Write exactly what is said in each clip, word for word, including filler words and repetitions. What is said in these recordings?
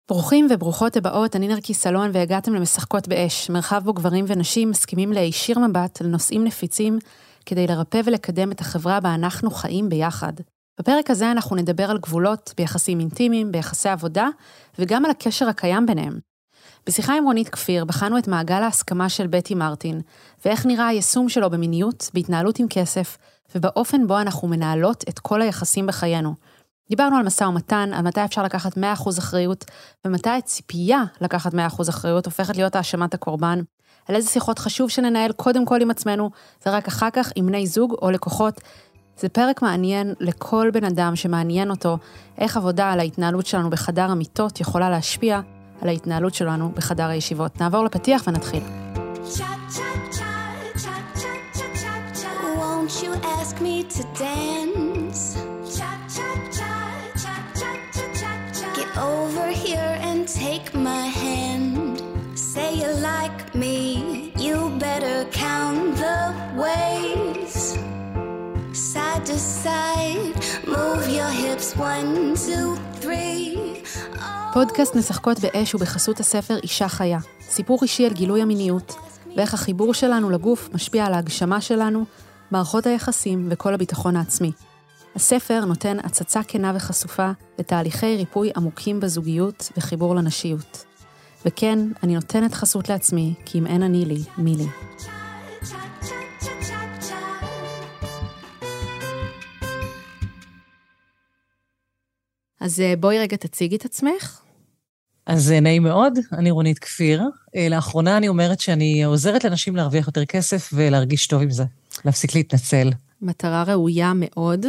ברוכים וברוכות הבאות, אני נרקי סלון והגעתם למשחקות באש, מרחב בו גברים ונשים מסכימים להישיר מבט על נושאים נפיצים כדי לרפא ולקדם את החברה בה אנחנו חיים ביחד. בפרק הזה אנחנו נדבר על גבולות ביחסים אינטימיים, ביחסי עבודה וגם על הקשר הקיים ביניהם. בשיחה עם רונית כפיר בחנו את מעגל ההסכמה של בטי מרטין ואיך נראה היישום שלו במיניות, בהתנהלות עם כסף ובאופן בו אנחנו מנהלות את כל היחסים בחיינו. דיברנו על משא ומתן, על מתי אפשר לקחת מאה אחוז אחריות, ומתי הציפייה לקחת מאה אחוז אחריות הופכת להיות האשמת הקורבן, על איזה שיחות חשוב שננהל קודם כל עם עצמנו, ורק אחר כך עם בני זוג או לקוחות. זה פרק מעניין לכל בן אדם שמעניין אותו, איך עבודה על ההתנהלות שלנו בחדר המיטות יכולה להשפיע על ההתנהלות שלנו בחדר הישיבות. נעבור לפתיח ונתחיל. Won't you ask me to dance? Get over here and take my hand. Say you like me, you better count the ways. Side to side, move your hips, one, two, three. פודקאסט משחקות באש הוא בחסות הספר אישה חיה. סיפור אישי על גילוי המיניות, ואיך החיבור שלנו לגוף משפיע על ההגשמה שלנו, מערכות היחסים וכל הביטחון העצמי. הספר נותן הצצה כנה וחשופה לתהליכי ריפוי עמוקים בזוגיות וחיבור לנשיות. וכן, אני נותנת חסות לעצמי, כי אם אין אני לי, מי לי. אז בואי רגע תציגי את עצמך. אז נעים מאוד, אני רונית כפיר. לאחרונה אני אומרת שאני עוזרת לאנשים להרוויח יותר כסף ולהרגיש טוב עם זה. להפסיק להתנצל. מטרה ראויה מאוד.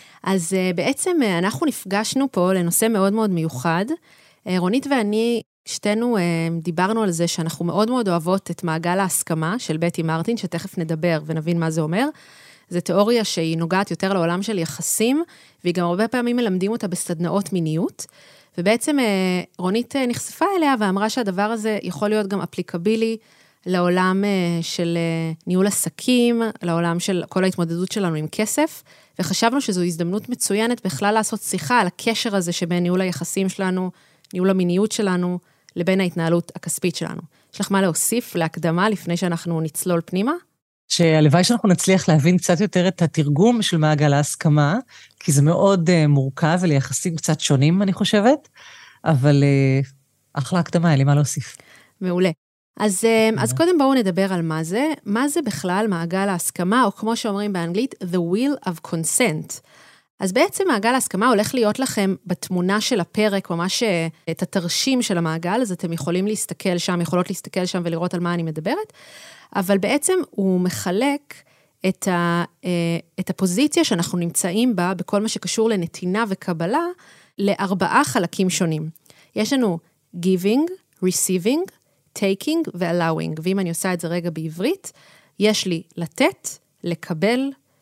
אז בעצם אנחנו נפגשנו פה לנושא מאוד מאוד מיוחד. רונית ואני שתינו דיברנו על זה שאנחנו מאוד מאוד אוהבות את מעגל ההסכמה של בטי מרטין, שתכף נדבר ונבין מה זה אומר. זו תיאוריה שהיא נוגעת יותר לעולם של יחסים, והיא גם הרבה פעמים מלמדים אותה בסדנאות מיניות. ובעצם רונית נחשפה אליה ואמרה שהדבר הזה יכול להיות גם אפליקבילי לעולם של ניהול עסקים, לעולם של כל ההתמודדות שלנו עם כסף, וחשבנו שזו הזדמנות מצוינת בכלל לעשות שיחה על הקשר הזה שבין ניהול היחסים שלנו, ניהול המיניות שלנו, לבין ההתנהלות הכספית שלנו. יש לך מה להוסיף להקדמה לפני שאנחנו נצלול פנימה? שהלוואי שאנחנו נצליח להבין קצת יותר את התרגום של מעגל ההסכמה, כי זה מאוד uh, מורכב וליחסים קצת שונים, אני חושבת, אבל uh, אחלה הקדמה, אין לי מה להוסיף. מעולה. אז, uh, אז קודם בואו נדבר על מה זה. מה זה בכלל מעגל ההסכמה, או כמו שאומרים באנגלית, the wheel of consent. אז בעצם מעגל ההסכמה הולך להיות לכם בתמונה של הפרק, ממש את התרשים של המעגל, אז אתם יכולים להסתכל שם, יכולות להסתכל שם ולראות על מה אני מדברת, אבל בעצם הוא מחלק את, ה, את הפוזיציה שאנחנו נמצאים בה, בכל מה שקשור לנתינה וקבלה, לארבעה חלקים שונים. יש לנו giving, receiving, taking ו-allowing, ואם אני עושה את זה רגע בעברית, יש לי לתת, לקבל,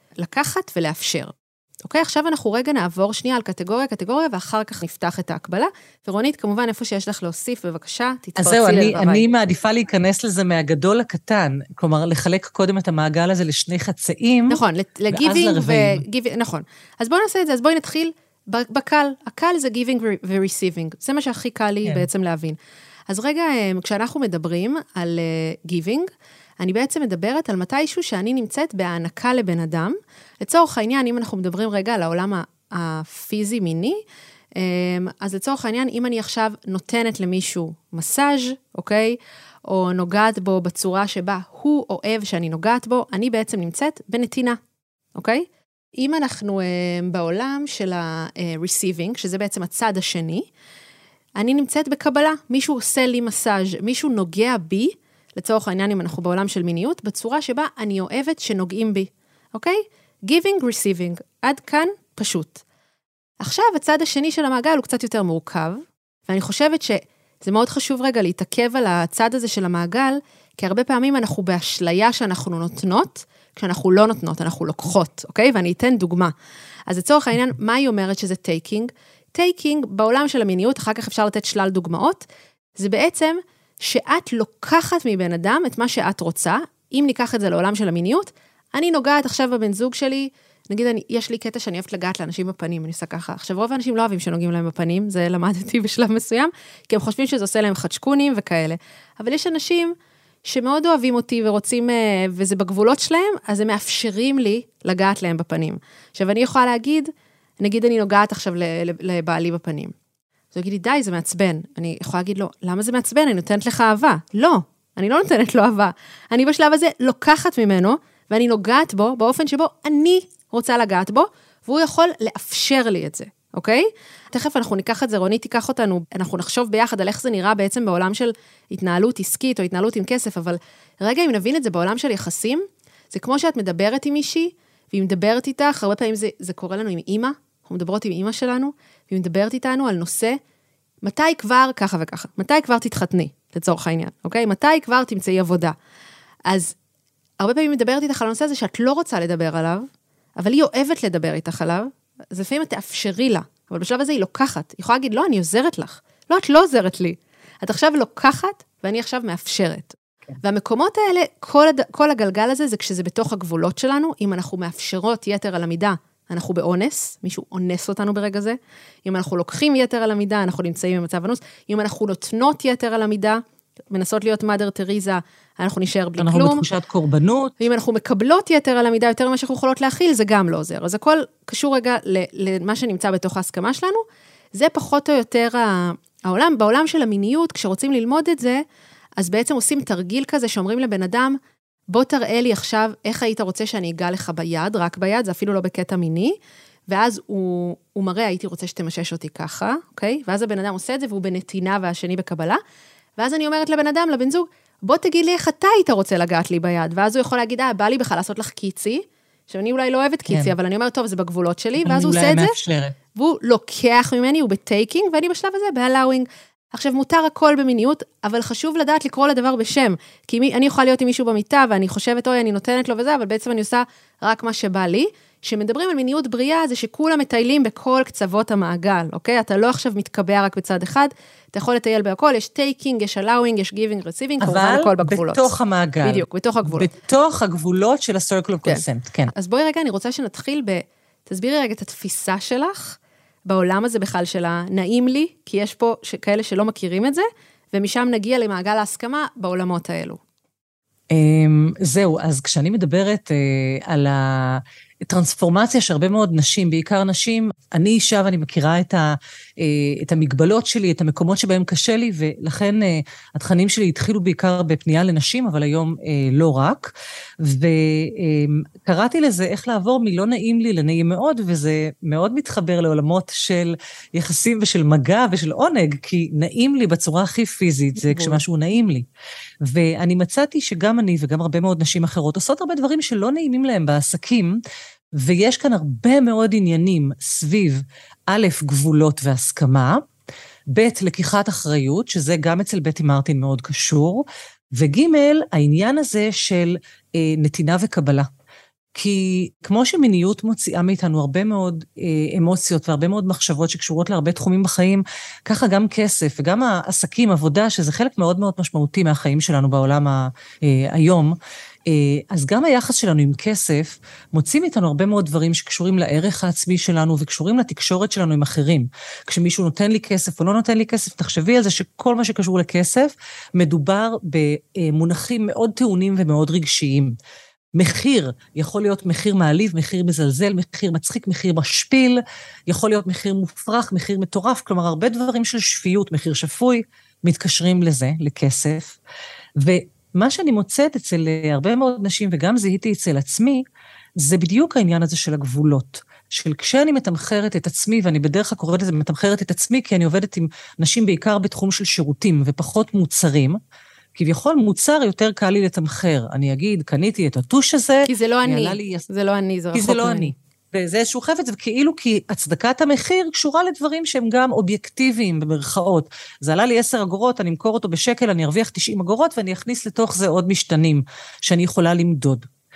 לקחת ולאפשר. אוקיי, עכשיו אנחנו רגע נעבור שנייה על קטגוריה, קטגוריה, ואחר כך נפתח את ההקבלה. ורונית, כמובן, איפה שיש לך להוסיף, בבקשה, תתפרצי לדבריי. אז זהו, אני, אני מעדיפה להיכנס לזה מהגדול לקטן, כלומר, לחלק קודם את המעגל הזה לשני חצאים, נכון, לגיבינג ו... נכון. אז בואו נעשה את זה, אז בואי נתחיל בקל. הקל זה גיבינג ו-receiving. זה מה שהכי קל לי בעצם להבין. אז רגע, כשאנחנו מדברים על גיבינג, אני בעצם מדברת על מתישהו שאני נמצאת בהענקה לבן אדם. לצורך העניין, אם אנחנו מדברים רגע על העולם הפיזי-מיני, אז לצורך העניין, אם אני עכשיו נותנת למישהו מסאז', אוקיי? או נוגעת בו בצורה שבה הוא אוהב שאני נוגעת בו, אני בעצם נמצאת בנתינה, אוקיי? אם אנחנו בעולם של ה-receiving, שזה בעצם הצד השני, אני נמצאת בקבלה. מישהו עושה לי מסאז', מישהו נוגע בי, לצורך העניין, אם אנחנו בעולם של מיניות, בצורה שבה אני אוהבת שנוגעים בי, אוקיי? giving, receiving, עד כאן פשוט. עכשיו, הצד השני של המעגל הוא קצת יותר מורכב, ואני חושבת שזה מאוד חשוב רגע להתעכב על הצד הזה של המעגל, כי הרבה פעמים אנחנו באשליה שאנחנו נותנות, כשאנחנו לא נותנות, אנחנו לוקחות, אוקיי? ואני אתן דוגמה. אז לצורך העניין, מה היא אומרת שזה taking? taking, בעולם של המיניות, אחר כך אפשר לתת שלל דוגמאות, זה בעצם שאת לוקחת מבן אדם את מה שאת רוצה, אם ניקח את זה לעולם של המיניות, אני נוגעת עכשיו בבן זוג שלי, נגיד, אני, יש לי קטע שאני אוהבת לגעת לאנשים בפנים, אני עושה ככה. עכשיו, רוב האנשים לא אוהבים שנוגעים להם בפנים, זה למדתי בשלב מסוים, כי הם חושבים שזה עושה להם חדשקונים וכאלה. אבל יש אנשים שמאוד אוהבים אותי ורוצים, וזה בגבולות שלהם, אז הם מאפשרים לי לגעת להם בפנים. עכשיו, אני יכולה להגיד, נגיד אני נוגעת עכשיו לבעלי בפנים. אז הוא יגיד לי, די, זה מעצבן. אני יכולה להגיד לו, למה זה מעצבן? אני נותנת לך אהבה. לא, אני לא נותנת לו אהבה. אני בשלב הזה לוקחת ממנו, ואני נוגעת בו באופן שבו אני רוצה לגעת בו, והוא יכול לאפשר לי את זה, אוקיי? תכף אנחנו ניקח את זה, רוני תיקח אותנו, אנחנו נחשוב ביחד על איך זה נראה בעצם בעולם של התנהלות עסקית או התנהלות עם כסף, אבל רגע, אם נבין את זה בעולם של יחסים, זה כמו שאת מדברת עם מישהי, והיא מדברת איתך, הרבה פעמים זה, זה קורה לנו עם אמא, אנחנו מדברות עם אמא שלנו, והיא מדברת איתנו על נושא, מתי כבר ככה וככה, מתי כבר תתחתני, לצורך העניין, אוקיי? מתי כבר תמצאי עבודה. אז הרבה פעמים מדברת איתך על הנושא הזה שאת לא רוצה לדבר עליו, אבל היא אוהבת לדבר איתך עליו, אז לפעמים את תאפשרי לה, אבל בשלב הזה היא לוקחת, היא יכולה להגיד, לא, אני עוזרת לך, לא, את לא עוזרת לי, את עכשיו לוקחת, ואני עכשיו מאפשרת. כן. והמקומות האלה, כל, הד... כל הגלגל הזה, זה כשזה בתוך הגבולות שלנו, אם אנחנו מאפשרות יתר על המידה, אנחנו באונס, מישהו אונס אותנו ברגע זה, אם אנחנו לוקחים יתר על המידה, אנחנו נמצאים במצב אנוס, אם אנחנו נותנות יתר על המידה, מנסות להיות מאדר תריזה, אנחנו נשאר בלי אנחנו כלום. אנחנו בתחושת קורבנות. ואם אנחנו מקבלות יתר על המידה, יותר ממה שאנחנו יכולות להכיל, זה גם לא עוזר. אז הכל קשור רגע למה שנמצא בתוך ההסכמה שלנו, זה פחות או יותר העולם, בעולם של המיניות, כשרוצים ללמוד את זה, אז בעצם עושים תרגיל כזה, שאומרים לבן אדם, בוא תראה לי עכשיו, איך היית רוצה שאני אגע לך ביד, רק ביד, זה אפילו לא בקטע מיני, ואז הוא, הוא מראה, הייתי רוצה שתמשש אותי ככה, אוקיי? ואז הבן אדם עושה את זה, והוא בנתינה והשני בקבלה, ואז אני אומרת לבן אדם, לבן זוג, בוא תגיד לי איך אתה היית רוצה לגעת לי ביד, ואז הוא יכול להגיד, אה, בא לי בכלל לעשות לך קיצי, שאני אולי לא אוהבת קיצי, כן. אבל אני אומרת, טוב, זה בגבולות שלי, ואז הוא עושה את זה, והוא לוקח ממני, הוא בטייקינג, ואני בשלב הזה בהלאווינג. עכשיו, מותר הכל במיניות, אבל חשוב לדעת לקרוא לדבר בשם, כי מי, אני יכולה להיות עם מישהו במיטה, ואני חושבת, אוי, אני נותנת לו וזה, אבל בעצם אני עושה רק מה שבא לי. שמדברים על מיניות בריאה, זה שכולם מטיילים בכל קצוות המעגל, אוקיי? אתה לא עכשיו מתקבע רק בצד אחד, אתה יכול לטייל בהכל, יש טייקינג, יש allowing, יש giving, receiving, כמובן הכל בגבולות. אבל בתוך המעגל. בדיוק, בתוך הגבולות. בתוך הגבולות של ה-circle of consent, כן. אז בואי רגע, אני רוצה שנתחיל ב... תסבירי רגע את התפיסה שלך, בעולם הזה בכלל של הנעים לי, כי יש פה כאלה שלא מכירים את זה, ומשם נגיע למעגל ההסכמה בעולמות האלו. זהו, אז כשאני מדברת על ה... טרנספורמציה שהרבה מאוד נשים, בעיקר נשים, אני אישה ואני מכירה את, ה, את המגבלות שלי, את המקומות שבהם קשה לי, ולכן התכנים שלי התחילו בעיקר בפנייה לנשים, אבל היום לא רק, וקראתי לזה איך לעבור מלא נעים לי לנעים מאוד, וזה מאוד מתחבר לעולמות של יחסים ושל מגע ושל עונג, כי נעים לי בצורה הכי פיזית, זה כשמשהו נעים לי. ואני מצאתי שגם אני וגם הרבה מאוד נשים אחרות עושות הרבה דברים שלא נעימים להם בעסקים, ויש כאן הרבה מאוד עניינים סביב א', גבולות והסכמה, ב', לקיחת אחריות, שזה גם אצל בטי מרטין מאוד קשור, וג', העניין הזה של אה, נתינה וקבלה. כי כמו שמיניות מוציאה מאיתנו הרבה מאוד אה, אמוציות והרבה מאוד מחשבות שקשורות להרבה תחומים בחיים, ככה גם כסף וגם העסקים, עבודה, שזה חלק מאוד מאוד משמעותי מהחיים שלנו בעולם ה, אה, היום, אז גם היחס שלנו עם כסף, מוצאים איתנו הרבה מאוד דברים שקשורים לערך העצמי שלנו, וקשורים לתקשורת שלנו עם אחרים. כשמישהו נותן לי כסף או לא נותן לי כסף, תחשבי על זה שכל מה שקשור לכסף, מדובר במונחים מאוד טעונים ומאוד רגשיים. מחיר יכול להיות מחיר מעליב, מחיר מזלזל, מחיר מצחיק, מחיר משפיל, יכול להיות מחיר מופרך, מחיר מטורף, כלומר הרבה דברים של שפיות, מחיר שפוי, מתקשרים לזה, לכסף, ו... מה שאני מוצאת אצל הרבה מאוד נשים, וגם זיהיתי אצל עצמי, זה בדיוק העניין הזה של הגבולות. של כשאני מתמחרת את עצמי, ואני בדרך כלל קוראת לזה מתמחרת את עצמי, כי אני עובדת עם נשים בעיקר בתחום של שירותים, ופחות מוצרים, כביכול מוצר יותר קל לי לתמחר. אני אגיד, קניתי את הטוש הזה. כי זה לא אני, לי... זה לא אני, זה רחוק ממני. כי זה לא אני. וזה איזשהו חפץ, וכאילו כי הצדקת המחיר קשורה לדברים שהם גם אובייקטיביים במרכאות. זה עלה לי עשר אגורות, אני אמכור אותו בשקל, אני ארוויח תשעים אגורות, ואני אכניס לתוך זה עוד משתנים שאני יכולה למדוד.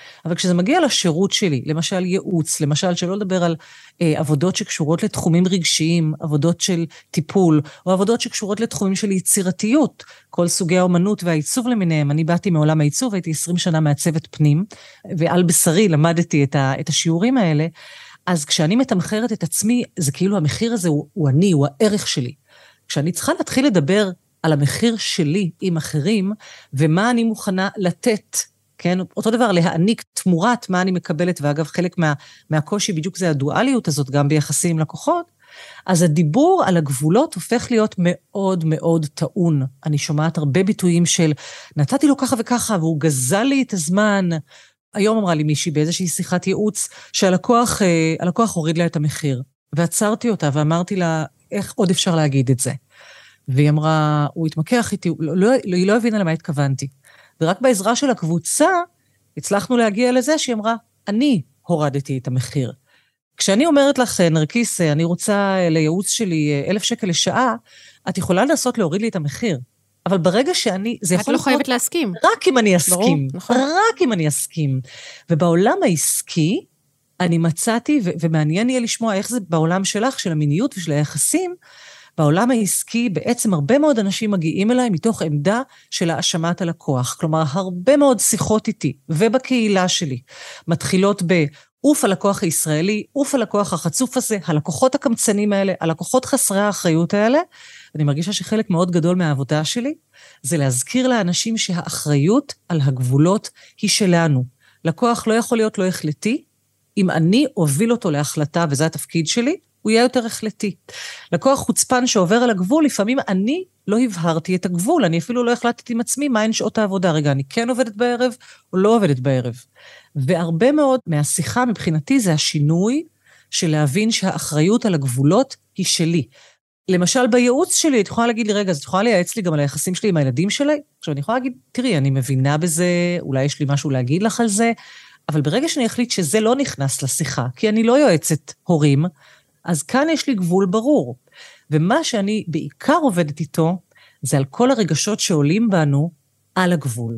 אבל כשזה מגיע לשירות שלי, למשל ייעוץ, למשל שלא לדבר על אה, עבודות שקשורות לתחומים רגשיים, עבודות של טיפול, או עבודות שקשורות לתחומים של יצירתיות, כל סוגי האומנות והעיצוב למיניהם. אני באתי מעולם העיצוב, הייתי עשרים שנה מעצבת פנים, ועל בשרי למדתי את, ה, את השיעורים האלה, אז כשאני מתמחרת את עצמי, זה כאילו המחיר הזה הוא, הוא אני, הוא הערך שלי. כשאני צריכה להתחיל לדבר על המחיר שלי עם אחרים, ומה אני מוכנה לתת, כן? אותו דבר, להעניק תמורת מה אני מקבלת, ואגב, חלק מה, מהקושי בדיוק זה הדואליות הזאת, גם ביחסים עם לקוחות, אז הדיבור על הגבולות הופך להיות מאוד מאוד טעון. אני שומעת הרבה ביטויים של, נתתי לו ככה וככה, והוא גזל לי את הזמן. היום אמרה לי מישהי באיזושהי שיחת ייעוץ, שהלקוח הלקוח הוריד לה את המחיר, ועצרתי אותה ואמרתי לה, איך עוד אפשר להגיד את זה? והיא אמרה, הוא התמקח איתי, לא, לא, היא לא הבינה למה התכוונתי. ורק בעזרה של הקבוצה, הצלחנו להגיע לזה שהיא אמרה, אני הורדתי את המחיר. כשאני אומרת לך, נרקיס, אני רוצה לייעוץ שלי אלף שקל לשעה, את יכולה לנסות להוריד לי את המחיר. אבל ברגע שאני, זה יכול את לא חייבת להסכים. רק אם אני אסכים. ברור, נכון. רק אם אני אסכים. ובעולם העסקי, אני מצאתי, ו- ומעניין יהיה לשמוע איך זה בעולם שלך, של המיניות ושל היחסים, בעולם העסקי בעצם הרבה מאוד אנשים מגיעים אליי מתוך עמדה של האשמת הלקוח. כלומר, הרבה מאוד שיחות איתי ובקהילה שלי מתחילות באוף הלקוח הישראלי, אוף הלקוח החצוף הזה, הלקוחות הקמצנים האלה, הלקוחות חסרי האחריות האלה. אני מרגישה שחלק מאוד גדול מהעבודה שלי זה להזכיר לאנשים שהאחריות על הגבולות היא שלנו. לקוח לא יכול להיות לא החלטי, אם אני אוביל אותו להחלטה, וזה התפקיד שלי, הוא יהיה יותר החלטי. לקוח חוצפן שעובר על הגבול, לפעמים אני לא הבהרתי את הגבול, אני אפילו לא החלטתי עם עצמי מהן שעות העבודה. רגע, אני כן עובדת בערב או לא עובדת בערב. והרבה מאוד מהשיחה מבחינתי זה השינוי של להבין שהאחריות על הגבולות היא שלי. למשל בייעוץ שלי, את יכולה להגיד לי, רגע, אז את יכולה לייעץ לי גם על היחסים שלי עם הילדים שלי? עכשיו אני יכולה להגיד, תראי, אני מבינה בזה, אולי יש לי משהו להגיד לך על זה, אבל ברגע שאני אחליט שזה לא נכנס לשיחה, כי אני לא יועצת הורים, אז כאן יש לי גבול ברור. ומה שאני בעיקר עובדת איתו, זה על כל הרגשות שעולים בנו על הגבול.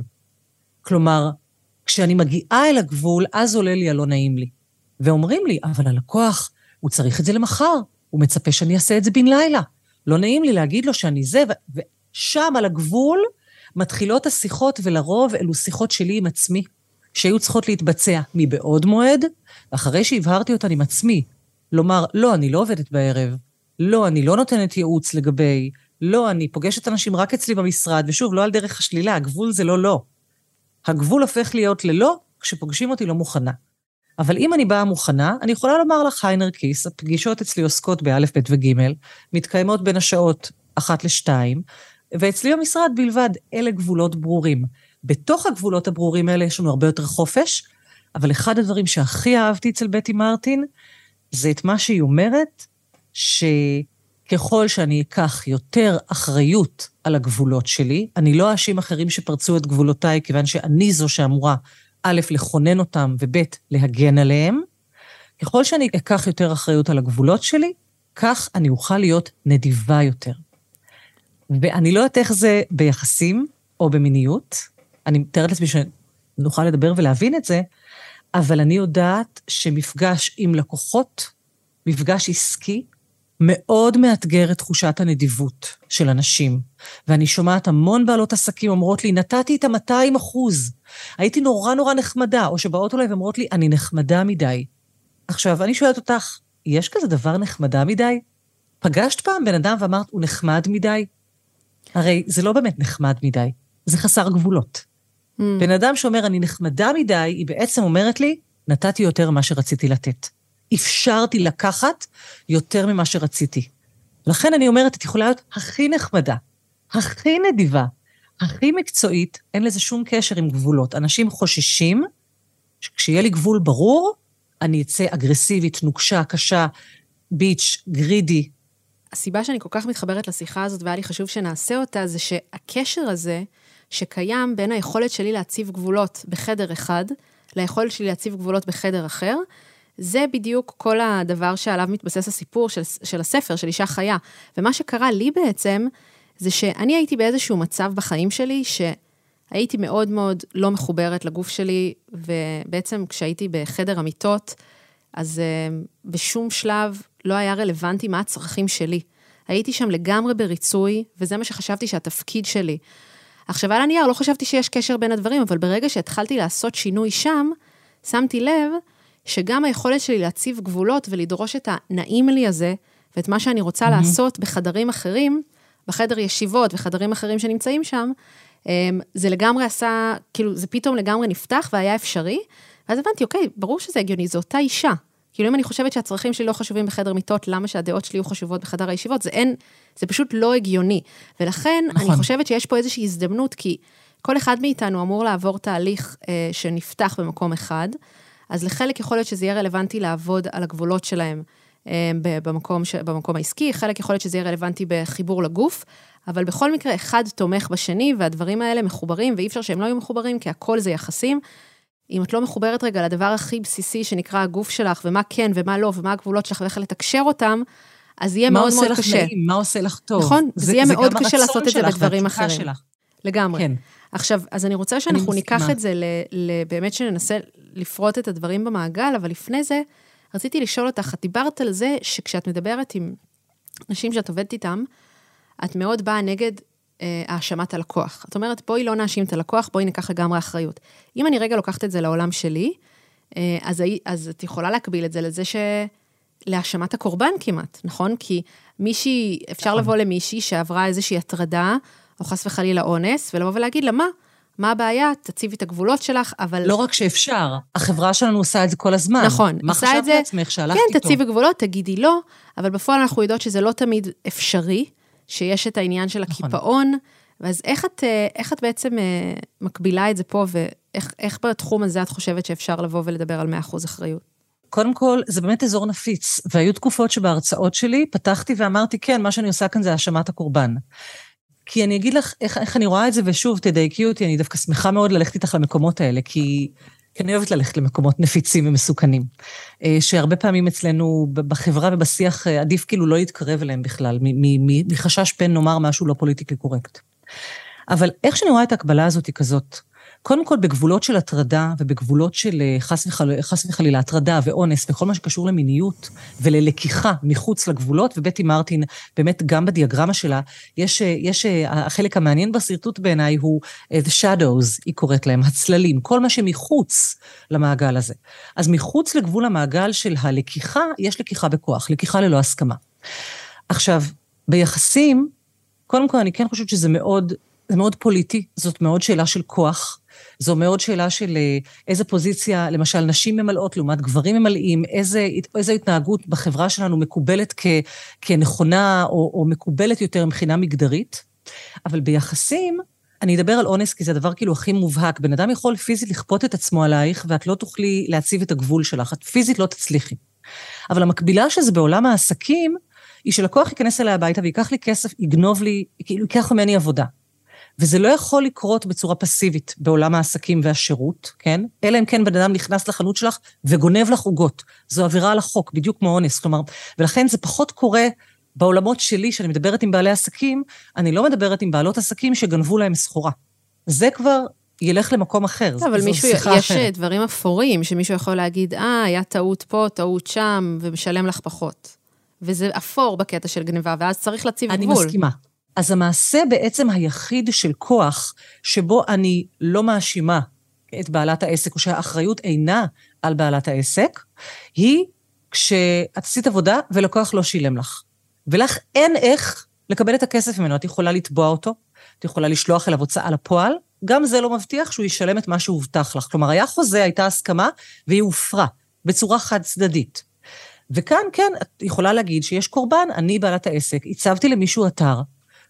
כלומר, כשאני מגיעה אל הגבול, אז עולה לי הלא נעים לי. ואומרים לי, אבל הלקוח, הוא צריך את זה למחר, הוא מצפה שאני אעשה את זה בן לילה. לא נעים לי להגיד לו שאני זה, ו- ושם על הגבול מתחילות השיחות, ולרוב אלו שיחות שלי עם עצמי, שהיו צריכות להתבצע מבעוד מועד, ואחרי שהבהרתי אותן עם עצמי, לומר, לא, אני לא עובדת בערב, לא, אני לא נותנת ייעוץ לגבי, לא, אני פוגשת אנשים רק אצלי במשרד, ושוב, לא על דרך השלילה, הגבול זה לא לא. הגבול הופך להיות ללא, כשפוגשים אותי לא מוכנה. אבל אם אני באה מוכנה, אני יכולה לומר לך, היי נרקיס, הפגישות אצלי עוסקות באלף, בית וגימל, מתקיימות בין השעות אחת לשתיים, ואצלי במשרד בלבד, אלה גבולות ברורים. בתוך הגבולות הברורים האלה יש לנו הרבה יותר חופש, אבל אחד הדברים שהכי אהבתי אצל בטי מרטין, זה את מה שהיא אומרת, שככל שאני אקח יותר אחריות על הגבולות שלי, אני לא אאשים אחרים שפרצו את גבולותיי, כיוון שאני זו שאמורה, א', לכונן אותם, וב', להגן עליהם, ככל שאני אקח יותר אחריות על הגבולות שלי, כך אני אוכל להיות נדיבה יותר. ואני לא יודעת איך זה ביחסים או במיניות, אני מתארת לעצמי שנוכל לדבר ולהבין את זה, אבל אני יודעת שמפגש עם לקוחות, מפגש עסקי, מאוד מאתגר את תחושת הנדיבות של אנשים. ואני שומעת המון בעלות עסקים אומרות לי, נתתי את ה-מאתיים אחוז, הייתי נורא נורא נחמדה, או שבאות אולי ואומרות לי, אני נחמדה מדי. עכשיו, אני שואלת אותך, יש כזה דבר נחמדה מדי? פגשת פעם בן אדם ואמרת, הוא נחמד מדי? הרי זה לא באמת נחמד מדי, זה חסר גבולות. Mm. בן אדם שאומר, אני נחמדה מדי, היא בעצם אומרת לי, נתתי יותר ממה שרציתי לתת. אפשרתי לקחת יותר ממה שרציתי. לכן אני אומרת, את יכולה להיות הכי נחמדה, הכי נדיבה, הכי מקצועית, אין לזה שום קשר עם גבולות. אנשים חוששים, שכשיהיה לי גבול ברור, אני אצא אגרסיבית, נוקשה, קשה, ביץ', גרידי. הסיבה שאני כל כך מתחברת לשיחה הזאת, והיה לי חשוב שנעשה אותה, זה שהקשר הזה, שקיים בין היכולת שלי להציב גבולות בחדר אחד, ליכולת שלי להציב גבולות בחדר אחר, זה בדיוק כל הדבר שעליו מתבסס הסיפור של, של הספר, של אישה חיה. ומה שקרה לי בעצם, זה שאני הייתי באיזשהו מצב בחיים שלי, הייתי מאוד מאוד לא מחוברת לגוף שלי, ובעצם כשהייתי בחדר המיטות, אז uh, בשום שלב לא היה רלוונטי מה הצרכים שלי. הייתי שם לגמרי בריצוי, וזה מה שחשבתי שהתפקיד שלי. עכשיו על הנייר, לא חשבתי שיש קשר בין הדברים, אבל ברגע שהתחלתי לעשות שינוי שם, שמתי לב שגם היכולת שלי להציב גבולות ולדרוש את הנעים לי הזה, ואת מה שאני רוצה mm-hmm. לעשות בחדרים אחרים, בחדר ישיבות וחדרים אחרים שנמצאים שם, זה לגמרי עשה, כאילו זה פתאום לגמרי נפתח והיה אפשרי, ואז הבנתי, אוקיי, ברור שזה הגיוני, זו אותה אישה. כאילו אם אני חושבת שהצרכים שלי לא חשובים בחדר מיטות, למה שהדעות שלי יהיו חשובות בחדר הישיבות? זה אין, זה פשוט לא הגיוני. ולכן נכון. אני חושבת שיש פה איזושהי הזדמנות, כי כל אחד מאיתנו אמור לעבור תהליך אה, שנפתח במקום אחד, אז לחלק יכול להיות שזה יהיה רלוונטי לעבוד על הגבולות שלהם אה, במקום, ש, במקום העסקי, חלק יכול להיות שזה יהיה רלוונטי בחיבור לגוף, אבל בכל מקרה אחד תומך בשני, והדברים האלה מחוברים, ואי אפשר שהם לא יהיו מחוברים, כי הכל זה יחסים. אם את לא מחוברת רגע לדבר הכי בסיסי שנקרא הגוף שלך, ומה כן ומה לא, ומה הגבולות שלך, ואיך לתקשר אותם, אז יהיה מאוד מאוד קשה. נעים, מה עושה לך טוב? נכון, זה, זה יהיה זה מאוד קשה לעשות את זה בדברים אחרים. שלך. לגמרי. כן. עכשיו, אז אני רוצה שאנחנו אני ניקח את זה, ל, ל, באמת שננסה לפרוט את הדברים במעגל, אבל לפני זה, רציתי לשאול אותך, את דיברת על זה, שכשאת מדברת עם נשים שאת עובדת איתם, את מאוד באה נגד האשמת הלקוח. את אומרת, בואי לא נאשים את הלקוח, בואי ניקח לגמרי אחריות. אם אני רגע לוקחת את זה לעולם שלי, אז, אז את יכולה להקביל את זה לזה שלהאשמת הקורבן כמעט, נכון? כי מישהי, אפשר לבוא למישהי שעברה איזושהי הטרדה, או חס וחלילה אונס, ולבוא ולהגיד לה, מה? מה הבעיה? תציבי את הגבולות שלך, אבל... לא רק שאפשר, החברה שלנו עושה את זה כל הזמן. נכון, מה עושה את זה... לעצמך שהלכתי כן, תציבי גבולות, תגידי לא, אבל בפועל אנחנו יודעות שזה לא תמיד אפשרי, שיש את העניין של הקיפאון, ואז איך את, איך את בעצם מקבילה את זה פה, ואיך איך בתחום הזה את חושבת שאפשר לבוא ולדבר על מאה אחוז אחריות? קודם כל, זה באמת אזור נפיץ, והיו תקופות שבהרצאות שלי פתחתי ואמרתי, כן, מה שאני עושה כאן זה האשמת הקורבן. כי אני אגיד לך איך, איך אני רואה את זה, ושוב, תדייקי אותי, אני דווקא שמחה מאוד ללכת איתך למקומות האלה, כי... כי אני אוהבת ללכת למקומות נפיצים ומסוכנים, שהרבה פעמים אצלנו בחברה ובשיח עדיף כאילו לא יתקרב אליהם בכלל, מחשש פן נאמר משהו לא פוליטיקלי קורקט. אבל איך שאני רואה את ההקבלה הזאת היא כזאת, קודם כל בגבולות של הטרדה ובגבולות של חס וחלילה, חס וחלילה, הטרדה ואונס וכל מה שקשור למיניות וללקיחה מחוץ לגבולות, ובטי מרטין באמת גם בדיאגרמה שלה, יש, יש החלק המעניין בסרטוט בעיניי הוא the shadows, היא קוראת להם, הצללים, כל מה שמחוץ למעגל הזה. אז מחוץ לגבול המעגל של הלקיחה, יש לקיחה בכוח, לקיחה ללא הסכמה. עכשיו, ביחסים, קודם כל אני כן חושבת שזה מאוד, זה מאוד פוליטי, זאת מאוד שאלה של כוח, זו מאוד שאלה של איזה פוזיציה, למשל, נשים ממלאות, לעומת גברים ממלאים, איזה, איזה התנהגות בחברה שלנו מקובלת כ, כנכונה, או, או מקובלת יותר מבחינה מגדרית. אבל ביחסים, אני אדבר על אונס, כי זה הדבר כאילו הכי מובהק. בן אדם יכול פיזית לכפות את עצמו עלייך, ואת לא תוכלי להציב את הגבול שלך. את פיזית לא תצליחי. אבל המקבילה שזה בעולם העסקים, היא שלקוח ייכנס אליי הביתה, ויקח לי כסף, יגנוב לי, כאילו, ייקח ממני עבודה. וזה לא יכול לקרות בצורה פסיבית בעולם העסקים והשירות, כן? אלא אם כן בן אדם נכנס לחנות שלך וגונב לך עוגות. זו עבירה על החוק, בדיוק כמו אונס. כלומר, ולכן זה פחות קורה בעולמות שלי, שאני מדברת עם בעלי עסקים, אני לא מדברת עם בעלות עסקים שגנבו להם סחורה. זה כבר ילך למקום אחר. אבל מישהו, יש דברים אפורים, שמישהו יכול להגיד, אה, היה טעות פה, טעות שם, ומשלם לך פחות. וזה אפור בקטע של גניבה, ואז צריך להציב גבול. אני מסכימה. אז המעשה בעצם היחיד של כוח, שבו אני לא מאשימה את בעלת העסק, או שהאחריות אינה על בעלת העסק, היא כשאת עשית עבודה ולקוח לא שילם לך. ולך אין איך לקבל את הכסף ממנו, את יכולה לתבוע אותו, את יכולה לשלוח אליו הוצאה לפועל, גם זה לא מבטיח שהוא ישלם את מה שהובטח לך. כלומר, היה חוזה, הייתה הסכמה, והיא הופרה בצורה חד צדדית. וכאן, כן, את יכולה להגיד שיש קורבן, אני בעלת העסק, הצבתי למישהו אתר,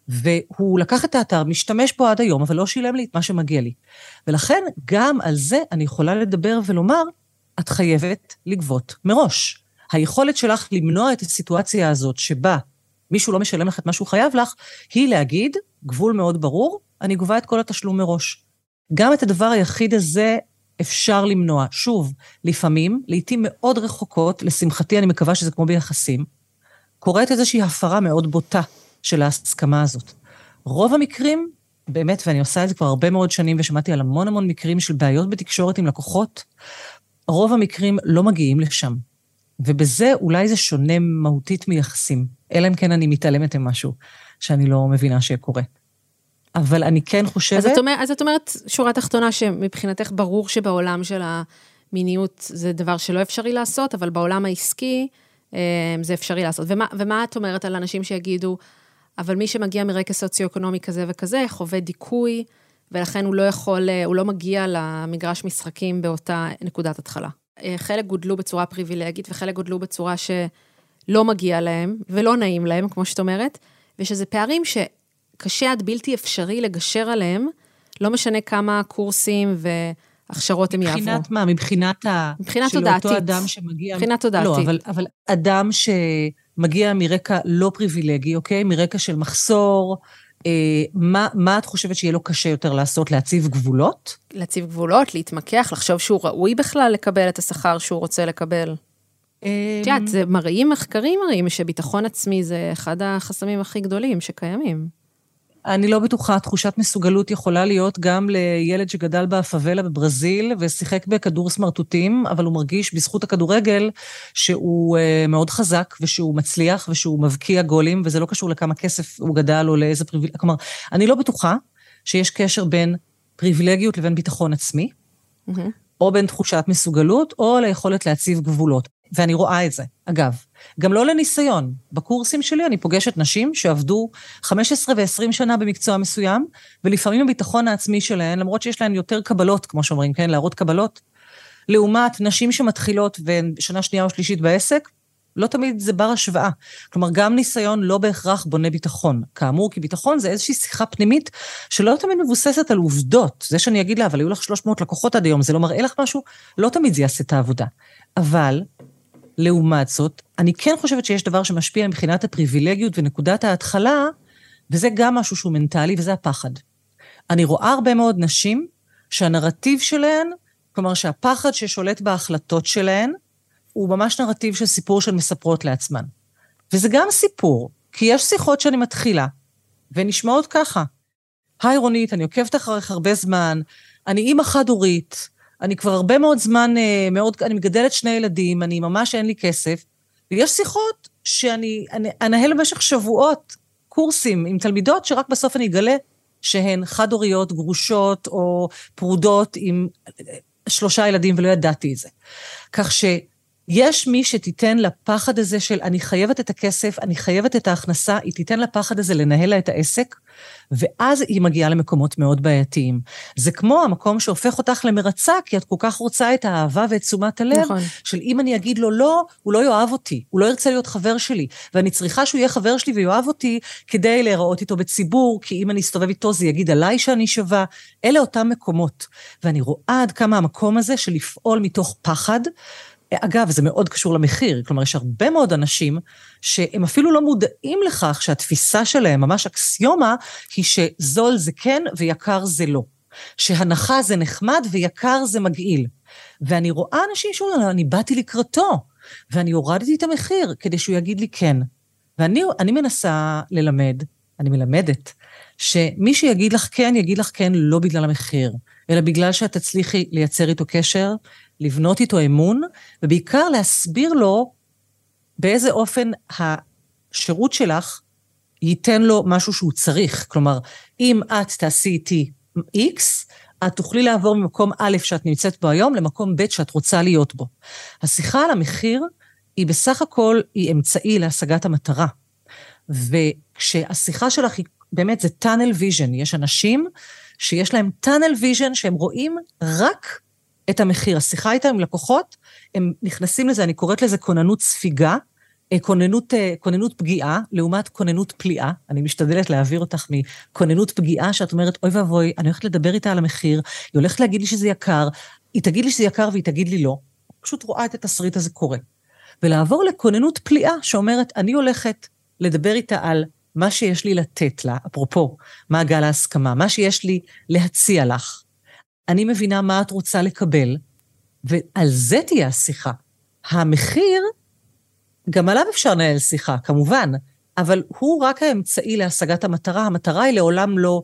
והוא לקח את האתר, משתמש בו עד היום, אבל לא שילם לי את מה שמגיע לי. ולכן, גם על זה אני יכולה לדבר ולומר, את חייבת לגבות מראש. היכולת שלך למנוע את הסיטואציה הזאת, שבה מישהו לא משלם לך את מה שהוא חייב לך, היא להגיד, גבול מאוד ברור, אני גובה את כל התשלום מראש. גם את הדבר היחיד הזה אפשר למנוע. שוב, לפעמים, לעתים מאוד רחוקות, לשמחתי אני מקווה שזה כמו ביחסים, קורית איזושהי הפרה מאוד בוטה, של ההסכמה הזאת. רוב המקרים באמת, ואני עושה את זה כבר הרבה מאוד שנים, ושמעתי על המון המון מקרים של בעיות בתקשורת עם לקוחות, רוב המקרים לא מגיעים לשם. ובזה אולי זה שונה מהותית מיחסים, אלא אם כן אני מתעלמת עם משהו שאני לא מבינה שקורה. אבל אני כן חושבת... אז את אומרת, אז את אומרת שורה תחתונה שמבחינתך ברור שבעולם של המיניות זה דבר שלא אפשרי לעשות, אבל בעולם העסקי זה אפשרי לעשות. ומה, ומה את אומרת על אנשים שיגידו, אבל מי שמגיע מרקע סוציו-אקונומי כזה וכזה, חווה דיכוי, ולכן הוא לא יכול, הוא לא מגיע למגרש משחקים באותה נקודת התחלה. חלק גודלו בצורה פריבילגית, וחלק גודלו בצורה שלא מגיע להם, ולא נעים להם, כמו שאת אומרת, ושזה פערים שקשה עד בלתי אפשרי לגשר עליהם, לא משנה כמה קורסים והכשרות הם יעברו. מבחינת מה? מבחינת ה... מבחינת תודעתית. של אותו אדם שמגיע... מבחינת תודעתית. לא, אבל, אבל אדם שמגיע מרקע לא פריבילגי, אוקיי? מרקע של מחסור... מה, מה את חושבת שיהיה לו קשה יותר לעשות? להציב גבולות? להציב גבולות, להתמקח, לחשוב שהוא ראוי בכלל לקבל את השכר שהוא רוצה לקבל. תיאת, זה מראים, מחקרים מראים, שביטחון עצמי זה אחד החסמים הכי גדולים שקיימים. אני לא בטוחה, תחושת מסוגלות יכולה להיות גם לילד שגדל בפאבלה בברזיל, ושיחק בכדור סמרטוטים, אבל הוא מרגיש בזכות הכדורגל, שהוא מאוד חזק, ושהוא מצליח, ושהוא מבקיע גולים, וזה לא קשור לכמה כסף הוא גדל, או לאיזה פריבילגיה. כלומר, אני לא בטוחה שיש קשר בין פריבילגיות לבין ביטחון עצמי, mm-hmm. או בין תחושת מסוגלות, או ליכולת להציב גבולות. ואני רואה את זה. אגב, גם לא לניסיון. בקורסים שלי אני פוגשת נשים שעבדו חמש עשרה ו-עשרים שנה במקצוע מסוים, ולפעמים הביטחון העצמי שלהן, למרות שיש להן יותר קבלות, כמו שאומרים, כן, להראות קבלות, לעומת נשים שמתחילות ושנה שנייה או שלישית בעסק, לא תמיד זה בר השוואה. כלומר, גם ניסיון לא בהכרח בונה ביטחון. כאמור, כי ביטחון זה איזושהי שיחה פנימית, שלא תמיד מבוססת על עובדות. זה שאני אגיד לה, אבל היו לך שלוש מאות לקוחות עד היום, זה לא מראה לך משהו, לא תמיד זה יעשה את העבודה. אבל לעומת זאת, אני כן חושבת שיש דבר שמשפיע מבחינת הפריבילגיות ונקודת ההתחלה, וזה גם משהו שהוא מנטלי, וזה הפחד. אני רואה הרבה מאוד נשים שהנרטיב שלהן, כלומר שהפחד ששולט בהחלטות שלהן, הוא ממש נרטיב של סיפור של מספרות לעצמן. וזה גם סיפור, כי יש שיחות שאני מתחילה, ונשמעות ככה. היי רונית, אני עוקבת אחריך הרבה זמן, אני אימא חד-הורית, אני כבר הרבה מאוד זמן, מאוד, אני מגדלת שני ילדים, אני ממש אין לי כסף, ויש שיחות שאני אני, אנהל במשך שבועות, קורסים עם תלמידות, שרק בסוף אני אגלה שהן חד-הוריות, גרושות או פרודות עם שלושה ילדים, ולא ידעתי את זה. כך שיש מי שתיתן לפחד הזה של אני חייבת את הכסף, אני חייבת את ההכנסה, היא תיתן לפחד הזה לנהל לה את העסק, ואז היא מגיעה למקומות מאוד בעייתיים. זה כמו המקום שהופך אותך למרצה, כי את כל כך רוצה את האהבה ואת תשומת הלב, נכון. של אם אני אגיד לו לא, הוא לא יאהב אותי, הוא לא ירצה להיות חבר שלי, ואני צריכה שהוא יהיה חבר שלי ויאהב אותי, כדי להיראות איתו בציבור, כי אם אני אסתובב איתו זה יגיד עליי שאני שווה, אלה אותם מקומות. ואני רואה עד כמה המקום הזה של לפעול מתוך פחד, אגב, זה מאוד קשור למחיר, כלומר, יש הרבה מאוד אנשים שהם אפילו לא מודעים לכך שהתפיסה שלהם, ממש אקסיומה, היא שזול זה כן ויקר זה לא. שהנחה זה נחמד ויקר זה מגעיל. ואני רואה אנשים שאומרים, אני באתי לקראתו, ואני הורדתי את המחיר כדי שהוא יגיד לי כן. ואני אני מנסה ללמד, אני מלמדת, שמי שיגיד לך כן, יגיד לך כן לא בגלל המחיר, אלא בגלל שאת תצליחי לייצר איתו קשר, לבנות איתו אמון, ובעיקר להסביר לו באיזה אופן השירות שלך ייתן לו משהו שהוא צריך. כלומר, אם את תעשי איתי X, את תוכלי לעבור ממקום א' שאת נמצאת בו היום, למקום ב' שאת רוצה להיות בו. השיחה על המחיר היא בסך הכל, היא אמצעי להשגת המטרה. וכשהשיחה שלך היא באמת זה tunnel vision, יש אנשים שיש להם tunnel vision שהם רואים רק את המחיר. השיחה איתם עם לקוחות, הם נכנסים לזה, אני קוראת לזה כוננות ספיגה, כוננות, כוננות פגיעה, לעומת כוננות פליאה, אני משתדלת להעביר אותך מכוננות פגיעה, שאת אומרת, אוי ואבוי, אני הולכת לדבר איתה על המחיר, היא הולכת להגיד לי שזה יקר, היא תגיד לי שזה יקר והיא תגיד לי לא, פשוט רואה את התסריט הזה קורה. ולעבור לכוננות פליאה, שאומרת, אני הולכת לדבר איתה על מה שיש לי לתת לה, אפרופו, מעגל ההסכמה, מה שיש לי להציע לך, אני מבינה מה את רוצה לקבל, ועל זה תהיה השיחה. המחיר, גם עליו אפשר לנהל שיחה, כמובן, אבל הוא רק האמצעי להשגת המטרה, המטרה היא לעולם לא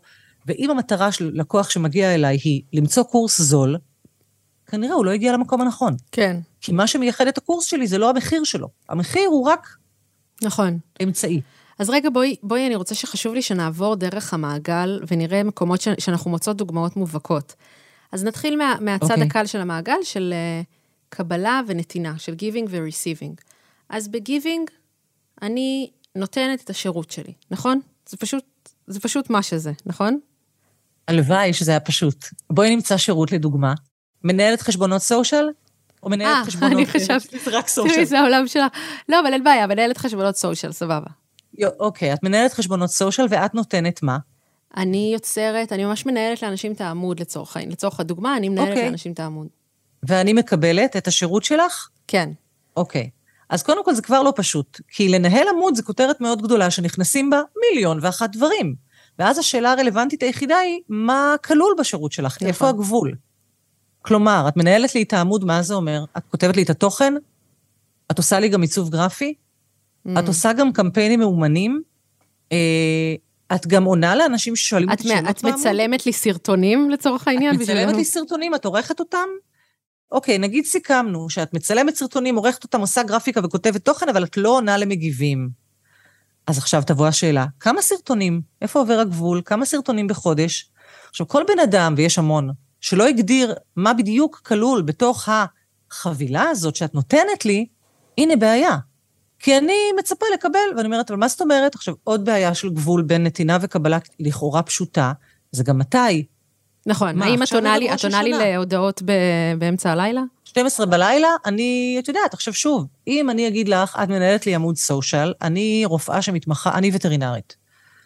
ואם המטרה של לקוח שמגיע אליי היא למצוא קורס זול, כנראה הוא לא הגיע למקום הנכון. כן. כי מה שמייחד את הקורס שלי זה לא המחיר שלו. המחיר הוא רק נכון. אמצעי. אז רגע, בואי, בואי, אני רוצה שחשוב לי שנעבור דרך המעגל, ונראה מקומות ש, שאנחנו מוצאות דוגמאות מובהקות. אז נתחיל מה, מהצד okay. הקל של המעגל, של uh, קבלה ונתינה, של giving ו-receiving. אז ב-giving, אני נותנת את השירות שלי, נכון? זה פשוט, זה פשוט מה שזה, נכון? הלוואי שזה היה פשוט. בואי נמצא שירות לדוגמה. מנהלת חשבונות סושיאל, או מנהלת חשבונות... אני חשבתי, רק סושיאל. תראי, זה העולם שלה. לא, אבל אין בעיה, מנהלת חשבונות סושיאל, סבבה. אוקיי, את מנהלת חשבונות סושיאל, ואת נותנת מה? אני יוצרת, אני ממש מנהלת לאנשים את העמוד לצורך העין. לצורך הדוגמה, אני מנהלת אוקיי. לאנשים את העמוד. ואני מקבלת את השירות שלך? כן. אוקיי. אז קודם כל זה כבר לא פשוט, כי לנהל עמוד זה כותרת מאוד גדולה, שנכנסים בה מיליון ואחת דברים. ואז השאלה הרלוונטית היחידה היא, מה כלול בשירות שלך? נכון. איפה הגבול? כלומר, את מנהלת לי את העמוד, מה זה אומר? את כותבת לי את התוכן? את עושה לי גם עיצוב גרפי? Mm. את עושה גם קמפיינים מאומנים? אה, את גם עונה לאנשים ששואלים אותי שאלות את בעמוד? מצלמת לי סרטונים לצורך העניין? את מצלמת לי סרטונים, את עורכת אותם? אוקיי, נגיד סיכמנו שאת מצלמת סרטונים, עורכת אותם, עושה גרפיקה וכותבת תוכן, אבל את לא עונה למגיבים. אז עכשיו תבוא השאלה, כמה סרטונים? איפה עובר הגבול? כמה סרטונים בחודש? עכשיו, כל בן אדם, ויש המון, שלא יגדיר מה בדיוק כלול בתוך החבילה הזאת שאת נותנת לי, הנה בעיה. כי אני מצפה לקבל, ואני אומרת, אבל מה זאת אומרת? עכשיו, עוד בעיה של גבול בין נתינה וקבלה לכאורה פשוטה, זה גם מתי. נכון, מה, האם את עונה לי, את עונה לי להודעות באמצע הלילה? שתים עשרה בלילה, אני, את יודעת, עכשיו שוב, אם אני אגיד לך, את מנהלת לי עמוד סושיאל, אני רופאה שמתמחה, אני וטרינרית.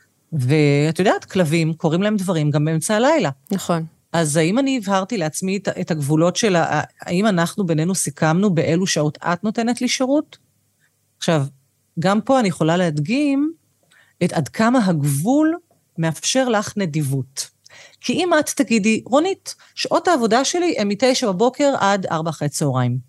ואת יודעת, כלבים, קוראים להם דברים גם באמצע הלילה. נכון. אז האם אני הבהרתי לעצמי את הגבולות של, האם אנחנו בינינו סיכמנו באלו שעות את נותנת לי שירות? עכשיו, גם פה אני יכולה להדגים את עד כמה הגבול מאפשר לך נדיבות. כי אם את תגידי, רונית, שעות העבודה שלי הן מתשע בבוקר עד ארבע אחרי צהריים.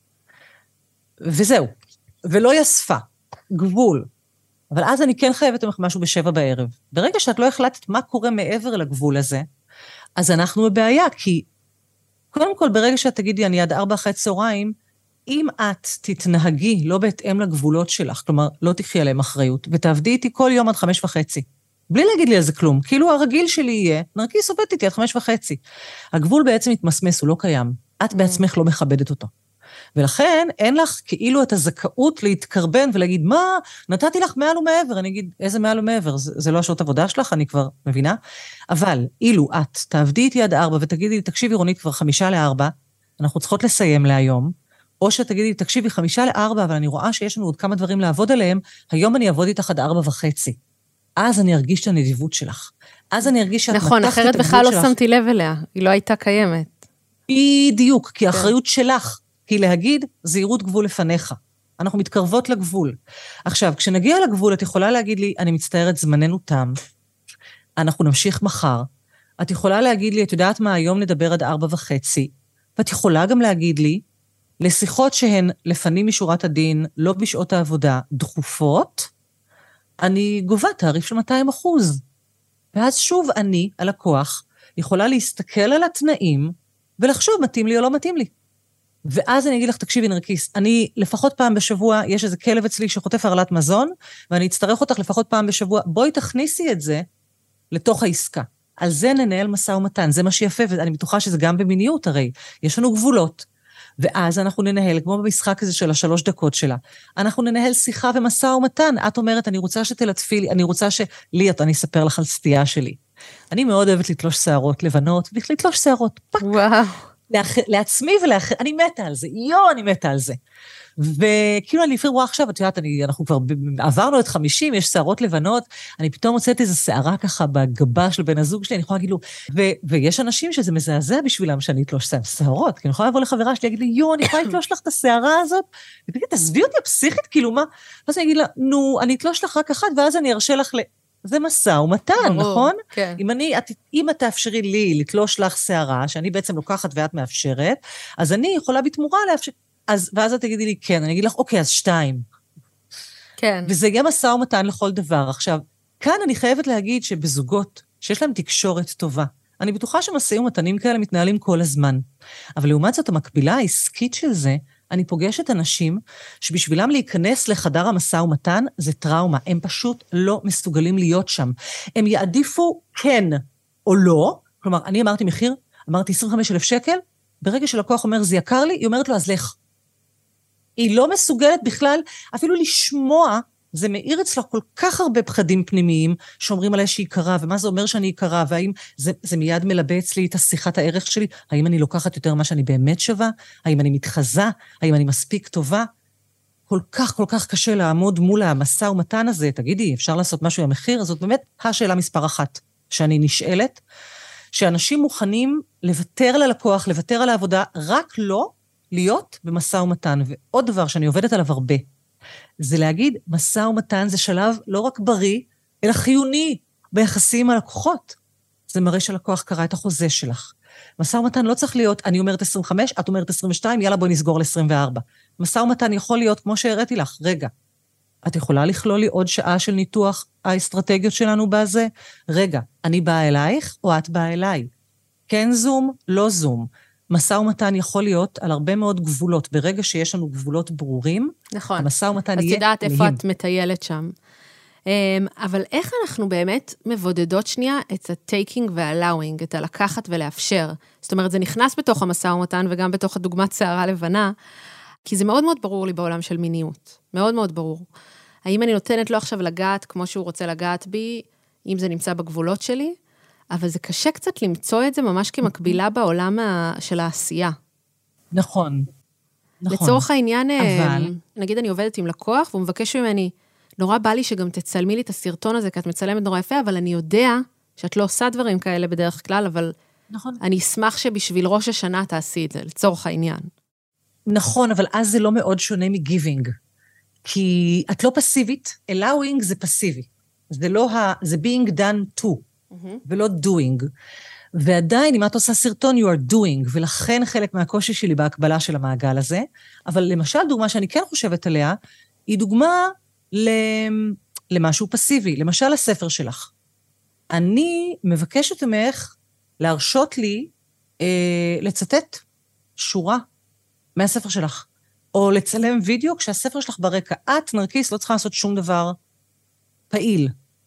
וזהו. ולא יספה. גבול. אבל אז אני כן חייבת ממך משהו בשבע בערב. ברגע שאת לא החלטת מה קורה מעבר לגבול הזה, אז אנחנו בבעיה, כי קודם כל ברגע שאת תגידי, אני עד ארבע אחרי צהריים, אם את תתנהגי לא בהתאם לגבולות שלך, כלומר, לא תקחי עליהם אחריות, ותעבדי איתי כל יום עד חמש וחצי, בלי להגיד לי על זה כלום, כאילו הרגיל שלי יהיה, נרקיס עובדת איתי עד חמש וחצי. הגבול בעצם מתמסמס, הוא לא קיים. את בעצמך לא מכבדת אותו. ולכן אין לך כאילו את הזכאות להתקרבן ולהגיד, מה, נתתי לך מעל ומעבר, אני אגיד, איזה מעל ומעבר, זה, זה לא השעות עבודה שלך, אני כבר מבינה, אבל אילו את תעבדי איתי עד ארבע ותגידי לי, תקשיבי רונית כבר חמישה לארבע, אנחנו צריכות לסיים להיום, או שתגידי לי, תקשיבי חמישה לארבע, אבל אני רואה שיש לנו עוד כמה דברים לעבוד עליהם, היום אני אעבוד איתך עד ארבע וחצי. אז אני ארגיש את הנדיבות שלך. אז אני ארגיש שאת נכון, מתחת את אחרת הגבול בכלל שלך. לא שמתי לב אליה, היא לא הייתה קיימת. בדיוק, כי האחריות שלך היא להגיד, זהירות גבול לפניך. אנחנו מתקרבות לגבול. עכשיו, כשנגיע לגבול, את יכולה להגיד לי, אני מצטערת, זמננו תם, אנחנו נמשיך מחר. את יכולה להגיד לי, את יודעת מה, היום נדבר עד ארבע וחצי, ואת יכולה גם להגיד לי, לשיחות שהן לפנים משורת הדין, לא בשעות העבודה, דחופות, אני גובה תעריף של מאתיים אחוז. ואז שוב אני, הלקוח, יכולה להסתכל על התנאים, ולחשוב מתאים לי או לא מתאים לי. ואז אני אגיד לך, תקשיבי נרקיס, אני לפחות פעם בשבוע, יש איזה כלב אצלי שחוטף הרעלת מזון, ואני אצטרך אותך לפחות פעם בשבוע, בואי תכניסי את זה לתוך העסקה. על זה ננהל משא ומתן, זה מה שיפה, ואני בטוחה שזה גם במיניות הרי. יש לנו גבולות. ואז אנחנו ננהל, כמו במשחק הזה של השלוש דקות שלה, אנחנו ננהל שיחה ומשא ומתן. את אומרת, אני רוצה שתלטפי לי, אני רוצה שלי, אני אספר לך על סטייה שלי. אני מאוד אוהבת לתלוש שערות לבנות, ובכלל לתלוש שערות, פק. וואו. לאח... לעצמי ולאחר, אני מתה על זה, יו, אני מתה על זה. וכאילו אני לפעמים רואה עכשיו, את יודעת, אני, אנחנו כבר עברנו את חמישים, יש שערות לבנות, אני פתאום מוצאת איזו שערה ככה בגבה של בן הזוג שלי, אני יכולה להגיד לו, ו... ויש אנשים שזה מזעזע בשבילם שאני אתלוש שערות, כי אני יכולה לבוא לחברה שלי, להגיד לי, יו, אני יכולה לתלוש לך את השערה הזאת, ותגיד, תעזבי אותי הפסיכית, כאילו מה? ואז אני אגיד לה, נו, אני אתלוש לך רק אחת, ואז אני ארשה לך ל... זה משא ומתן, נכון? כן. אם אני, את, אם את תאפשרי לי לתלוש לך שערה, שאני בעצם לוקחת ואת מאפשרת, אז אני יכולה בתמורה לאפשר, אז, ואז את תגידי לי, כן, אני אגיד לך, אוקיי, אז שתיים. כן. וזה יהיה משא ומתן לכל דבר. עכשיו, כאן אני חייבת להגיד שבזוגות שיש להם תקשורת טובה. אני בטוחה שמסעים ומתנים כאלה מתנהלים כל הזמן. אבל לעומת זאת, המקבילה העסקית של זה, אני פוגשת אנשים שבשבילם להיכנס לחדר המשא ומתן זה טראומה. הם פשוט לא מסוגלים להיות שם. הם יעדיפו כן או לא. כלומר, אני אמרתי מחיר, אמרתי עשרים וחמישה אלף שקל, ברגע שלקוח אומר זה יקר לי, היא אומרת לו אז לך. היא לא מסוגלת בכלל אפילו לשמוע, זה מאיר אצלה כל כך הרבה פחדים פנימיים, שאומרים עליה שהיא יקרה, ומה זה אומר שאני יקרה, והאם זה, זה מיד מלבה אצלי את השיחת הערך שלי, האם אני לוקחת יותר מה שאני באמת שווה, האם אני מתחזה, האם אני מספיק טובה, כל כך כל כך קשה לעמוד מול המשא ומתן הזה, תגידי, אפשר לעשות משהו עם המחיר? אז זאת באמת השאלה מספר אחת, שאני נשאלת, שאנשים מוכנים לוותר ללקוח, לוותר על העבודה, רק לא להיות במשא ומתן, ועוד דבר שאני עובדת עליו הרבה, זה להגיד, משא ומתן זה שלב לא רק בריא, אלא חיוני ביחסים עם הלקוחות. זה מראה שלקוח קרא את החוזה שלך. משא ומתן לא צריך להיות, אני אומרת עשרים וחמש, את אומרת עשרים ושתיים, יאללה בואי נסגור ל-עשרים וארבע. משא ומתן יכול להיות, כמו שהראיתי לך, רגע, את יכולה לכלול לי עוד שעה של ניתוח האסטרטגיות שלנו בזה? רגע, אני באה אלייך או את באה אליי? כן זום, לא זום. משא ומתן יכול להיות על הרבה מאוד גבולות. ברגע שיש לנו גבולות ברורים, נכון. המשא ומתן יהיה... אז תדעת איפה את מטיילת שם. אבל איך אנחנו באמת מבודדות שנייה את ה-taking וה-allowing, את הלקחת ולאפשר? זאת אומרת, זה נכנס בתוך המשא ומתן וגם בתוך הדוגמת שערה לבנה, כי זה מאוד מאוד ברור לי בעולם של מיניות. מאוד מאוד ברור. האם אני נותנת לו עכשיו לגעת כמו שהוא רוצה לגעת בי, אם זה נמצא בגבולות שלי, אבל זה קשה קצת למצוא את זה ממש כמקבילה בעולם של העשייה. נכון. נכון. לצורך העניין, אבל... נגיד אני עובדת עם לקוח, והוא מבקש ממני, נורא בא לי שגם תצלמי לי את הסרטון הזה, כי את מצלמת נורא יפה, אבל אני יודע שאת לא עושה דברים כאלה בדרך כלל, אבל נכון. אני אשמח שבשביל ראש השנה תעשי את זה, לצורך העניין. נכון, אבל אז זה לא מאוד שונה מגיבינג. כי את לא פסיבית, allowing זה פסיבי. זה לא ה... זה being done to. ולא doing. ועדיין, אם את עושה סרטון, you are doing, ולכן חלק מהקושי שלי בהקבלה של המעגל הזה, אבל למשל, דוגמה שאני כן חושבת עליה, היא דוגמה למשהו פסיבי, למשל הספר שלך. אני מבקשת ממך להרשות לי אה, לצטט שורה מהספר שלך, או לצלם וידאו כשהספר שלך ברקע. את, נרקיס, לא צריכה לעשות שום דבר פעיל.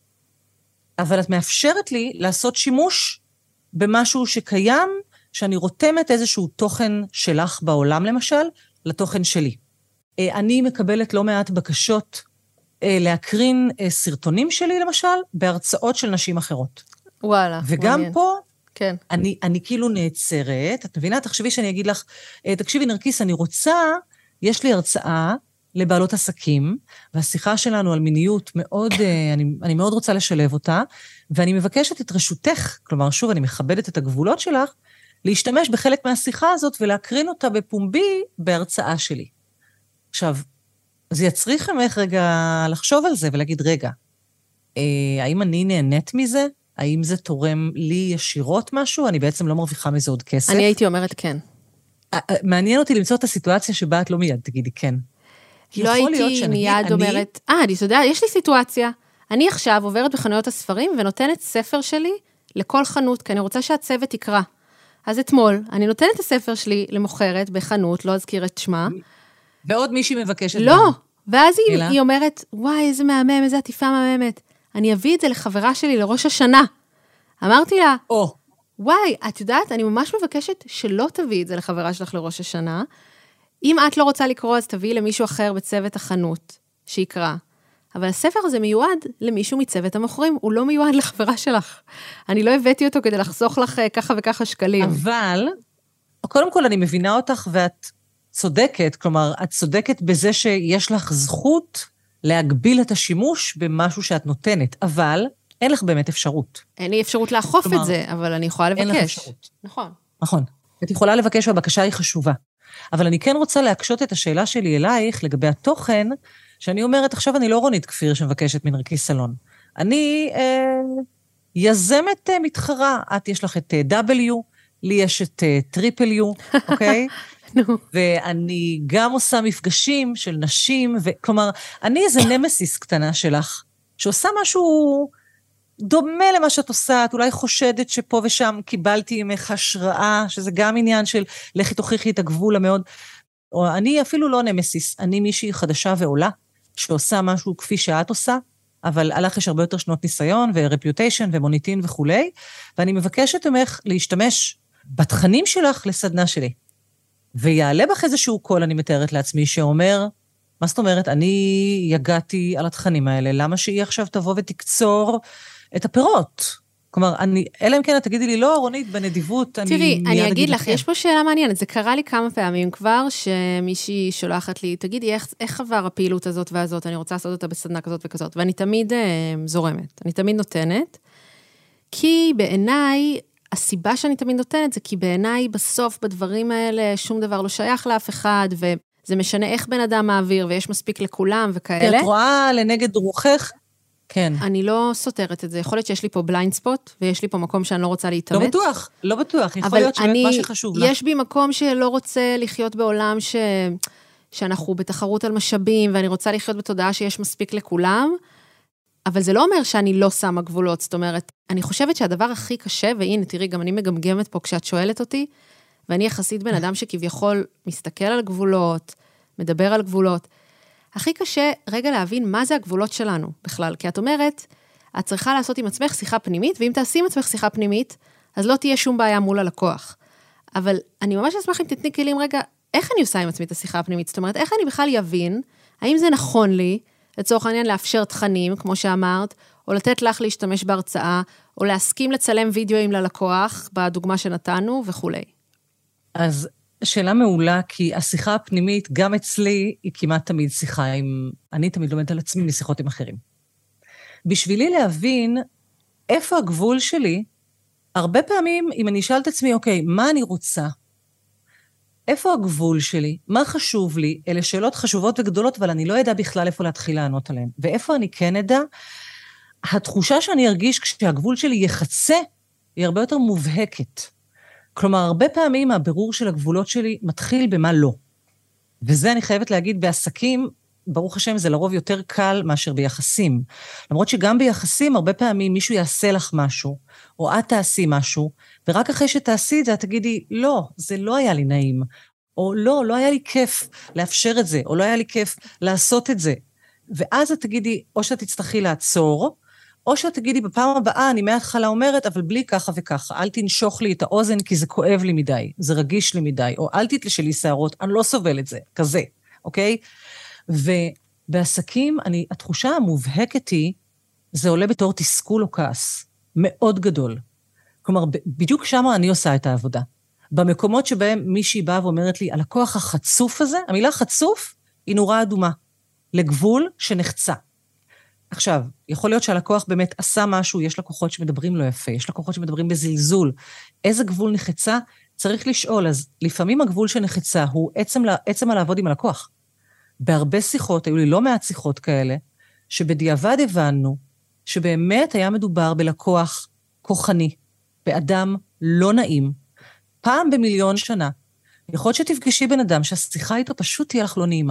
אבל את מאפשרת לי לעשות שימוש במשהו שקיים, שאני רותמת איזשהו תוכן שלך בעולם, למשל, לתוכן שלי. אני מקבלת לא מעט בקשות להקרין סרטונים שלי, למשל, בהרצאות של נשים אחרות. וואלה, וגם מעניין. פה, כן. אני, אני כאילו נעצרת, את מבינה? תחשבי שאני אגיד לך, תקשיבי נרקיס, אני רוצה, יש לי הרצאה, לבעלות עסקים, והשיחה שלנו על מיניות מאוד, אני, אני מאוד רוצה לשלב אותה, ואני מבקשת את רשותך, כלומר, שוב, אני מכבדת את הגבולות שלך, להשתמש בחלק מהשיחה הזאת, ולהקרין אותה בפומבי בהרצאה שלי. עכשיו, זה יצריך ממך רגע לחשוב על זה, ולהגיד, רגע, אה, האם אני נהנית מזה? האם זה תורם לי ישירות משהו? אני בעצם לא מרוויחה מזה עוד כסף. אני הייתי אומרת כן. מעניין אותי למצוא את הסיטואציה שבה את לא מיד תגידי כן. לא הייתי מיד אומרת, אה, אני יודע, יש לי סיטואציה, אני עכשיו עוברת בחנויות הספרים, ונותנת ספר שלי לכל חנות, כי אני רוצה שהצוות יקרא. אז אתמול, אני נותנת את הספר שלי למוכרת בחנות, לא אזכיר את שמה. ועוד מישהי מבקשת. לא, ואז היא, היא אומרת, וואי, איזה מהמם, איזה עטיפה מהממת. אני אביא את זה לחברה שלי לראש השנה. אמרתי לה, או. וואי, את יודעת, אני ממש מבקשת שלא תביא את זה לחברה שלך לראש השנה, אם את לא רוצה לקרוא, אז תביאי למישהו אחר בצוות החנות שיקרא. אבל הספר הזה מיועד למישהו מצוות המוכרים, הוא לא מיועד לחברה שלך. אני לא הבאתי אותו כדי לחסוך לך ככה וככה שקלים. אבל, קודם כל אני מבינה אותך ואת צודקת, כלומר, את צודקת בזה שיש לך זכות להגביל את השימוש במשהו שאת נותנת, אבל אין לך באמת אפשרות. אין לי אפשרות לאכוף כלומר, את זה, אבל אני יכולה לבקש. אין לך אפשרות. נכון. נכון. את יכולה לבקש והבקשה היא חשובה. אבל אני כן רוצה להקשות את השאלה שלי אלייך לגבי התוכן, שאני אומרת, עכשיו אני לא רונית כפיר שמבקשת מנרקיס סלון. אני אה, יזמת אה, מתחרה. את יש לך את אה, W, לי יש את אה, טריפל יו, אוקיי? ואני גם עושה מפגשים של נשים, וכלומר, אני איזה נמסיס קטנה שלך, שעושה משהו דומה למה שאת עושה, את אולי חושדת שפה ושם קיבלתי ממך השראה, שזה גם עניין של לכי תוכיחי את הגבול המאוד, או אני אפילו לא נמסיס, אני מישהי חדשה ועולה, שעושה משהו כפי שאת עושה, אבל עליך יש הרבה יותר שנות ניסיון, ורפיוטיישן, ומוניטין וכולי, ואני מבקשת ממך להשתמש בתכנים שלך לסדנה שלי. ויעלה בך איזשהו קול, אני מתארת לעצמי, שאומר, מה זאת אומרת, אני יגעתי על התכנים האלה, למה שהיא עכשיו תבוא ותקצור את הפירות? כלומר, אני, אלא אם כן, תגידי לי, לא, רונית, בנדיבות, תראי, אני... תראי, אני אגיד לך, יש פה שאלה מעניינת, זה קרה לי כמה פעמים כבר, שמישהי שולחת לי, תגידי, איך, איך עבר הפעילות הזאת והזאת, אני רוצה לעשות אותה בסדנה כזאת וכזאת, ואני תמיד אה, זורמת, אני תמיד נותנת, כי בעיניי, הסיבה שאני תמיד נותנת, זה כי בעיניי, בסוף, בדברים האלה, שום דבר לא שייך לאף אחד, וזה משנה איך בן אדם מעביר, ויש מספיק לכולם וכאלה. את רואה לנגד רוחך, כן. אני לא סותרת את זה. יכול להיות שיש לי פה בליינד ספוט, ויש לי פה מקום שאני לא רוצה להתאמץ. לא בטוח, לא בטוח. יכול להיות שבאמת מה שחשוב לך. יש בי מקום שלא רוצה לחיות בעולם ש... שאנחנו בתחרות על משאבים, ואני רוצה לחיות בתודעה שיש מספיק לכולם, אבל זה לא אומר שאני לא שמה גבולות. זאת אומרת, אני חושבת שהדבר הכי קשה, והנה, תראי, גם אני מגמגמת פה כשאת שואלת אותי, ואני יחסית בן אדם שכביכול מסתכל על גבולות, מדבר על גבולות, הכי קשה רגע להבין מה זה הגבולות שלנו בכלל, כי את אומרת, את צריכה לעשות עם עצמך שיחה פנימית, ואם תעשי עם עצמך שיחה פנימית, אז לא תהיה שום בעיה מול הלקוח. אבל אני ממש אשמח אם תתני כלים רגע, איך אני עושה עם עצמי את השיחה הפנימית? זאת אומרת, איך אני בכלל יבין, האם זה נכון לי, לצורך העניין לאפשר תכנים, כמו שאמרת, או לתת לך להשתמש בהרצאה, או להסכים לצלם וידאוים ללקוח, בדוגמה שנתנו וכו'. אז שאלה מעולה, כי השיחה הפנימית, גם אצלי, היא כמעט תמיד שיחה עם... אני תמיד לומדת על עצמי משיחות עם אחרים. בשבילי להבין איפה הגבול שלי, הרבה פעמים, אם אני אשאל את עצמי, אוקיי, מה אני רוצה? איפה הגבול שלי? מה חשוב לי? אלה שאלות חשובות וגדולות, אבל אני לא יודע בכלל איפה להתחיל לענות עליהן. ואיפה אני כן אדע? התחושה שאני ארגיש כשהגבול שלי יחצה, היא הרבה יותר מובהקת. כלומר, הרבה פעמים הבירור של הגבולות שלי מתחיל במה לא. וזה אני חייבת להגיד, בעסקים, ברוך השם, זה לרוב יותר קל מאשר ביחסים. למרות שגם ביחסים, הרבה פעמים מישהו יעשה לך משהו, או את תעשי משהו, ורק אחרי שתעשי את זה, את תגידי, לא, זה לא היה לי נעים. או לא, לא היה לי כיף לאפשר את זה, או לא היה לי כיף לעשות את זה. ואז את תגידי, או שאת תצטרכי לעצור, או שאת תגידי, בפעם הבאה אני מההתחלה אומרת, אבל בלי ככה וככה, אל תנשוך לי את האוזן, כי זה כואב לי מדי, זה רגיש לי מדי, או אל תתלשי לי שערות, אני לא סובל את זה, כזה, אוקיי? ובעסקים, אני, התחושה המובהקת היא, זה עולה בתור תסכול או כעס, מאוד גדול. כלומר, בדיוק שם אני עושה את העבודה. במקומות שבהם מישהי באה ואומרת לי, הלקוח החצוף הזה, המילה חצוף היא נורא אדומה, לגבול שנחצה. עכשיו, יכול להיות שהלקוח באמת עשה משהו, יש לקוחות שמדברים לא יפה, יש לקוחות שמדברים בזלזול. איזה גבול נחצה? צריך לשאול, אז לפעמים הגבול שנחצה הוא עצם, עצם לעבוד עם הלקוח. בהרבה שיחות, היו לי לא מעט שיחות כאלה, שבדיעבד הבנו שבאמת היה מדובר בלקוח כוחני, באדם לא נעים, פעם במיליון שנה. יכול להיות שתפגשי בן אדם שהשיחה איתו פשוט תהיה לך לא נעימה.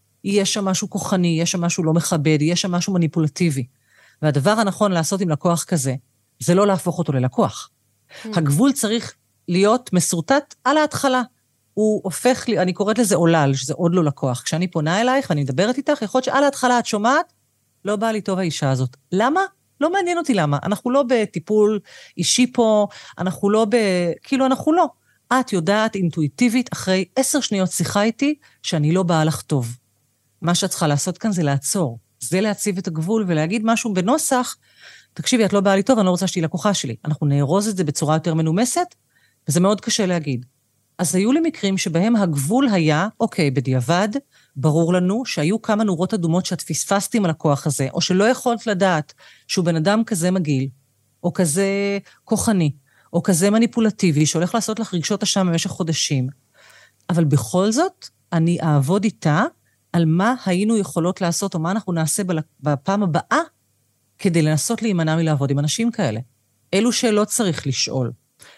יש שם משהו כוחני, יש שם משהו לא מכבד, יש שם משהו מניפולטיבי. והדבר הנכון לעשות עם לקוח כזה, זה לא להפוך אותו ללקוח. הגבול צריך להיות מסורטט על ההתחלה. הוא הופך לי, אני קוראת לזה עולל, שזה עוד לא לקוח. כשאני פונה אלייך ואני מדברת איתך, יכול להיות שעל ההתחלה את שומעת, לא באה לי טוב האישה הזאת. למה? לא מעניין אותי למה. אנחנו לא בטיפול אישי פה, אנחנו לא ב... כאילו אנחנו לא. את יודעת אינטואיטיבית אחרי עשר שניות שיחה איתי, שאני לא באה לך טוב. מה שאת צריכה לעשות כאן זה לעצור. זה להציב את הגבול ולהגיד משהו בנוסח, תקשיבי, את לא באה לי טוב, אני לא רוצה שתהי לקוחה שלי. אנחנו נארוז את זה בצורה יותר מנומסת, וזה מאוד קשה להגיד. אז היו לי מקרים שבהם הגבול היה, אוקיי, בדיעבד, ברור לנו שהיו כמה נורות אדומות שאת פספסתי עם הלקוח הזה, או שלא יכולת לדעת שהוא בן אדם כזה מגעיל, או כזה כוחני, או כזה מניפולטיבי, שהולך לעשות לך רגשות אשם במשך חודשים. אבל בכל זאת, אני אעבוד איתה על מה היינו יכולות לעשות, או מה אנחנו נעשה בפעם הבאה, כדי לנסות להימנע מלעבוד עם אנשים כאלה. אלו שאלות צריך לשאול.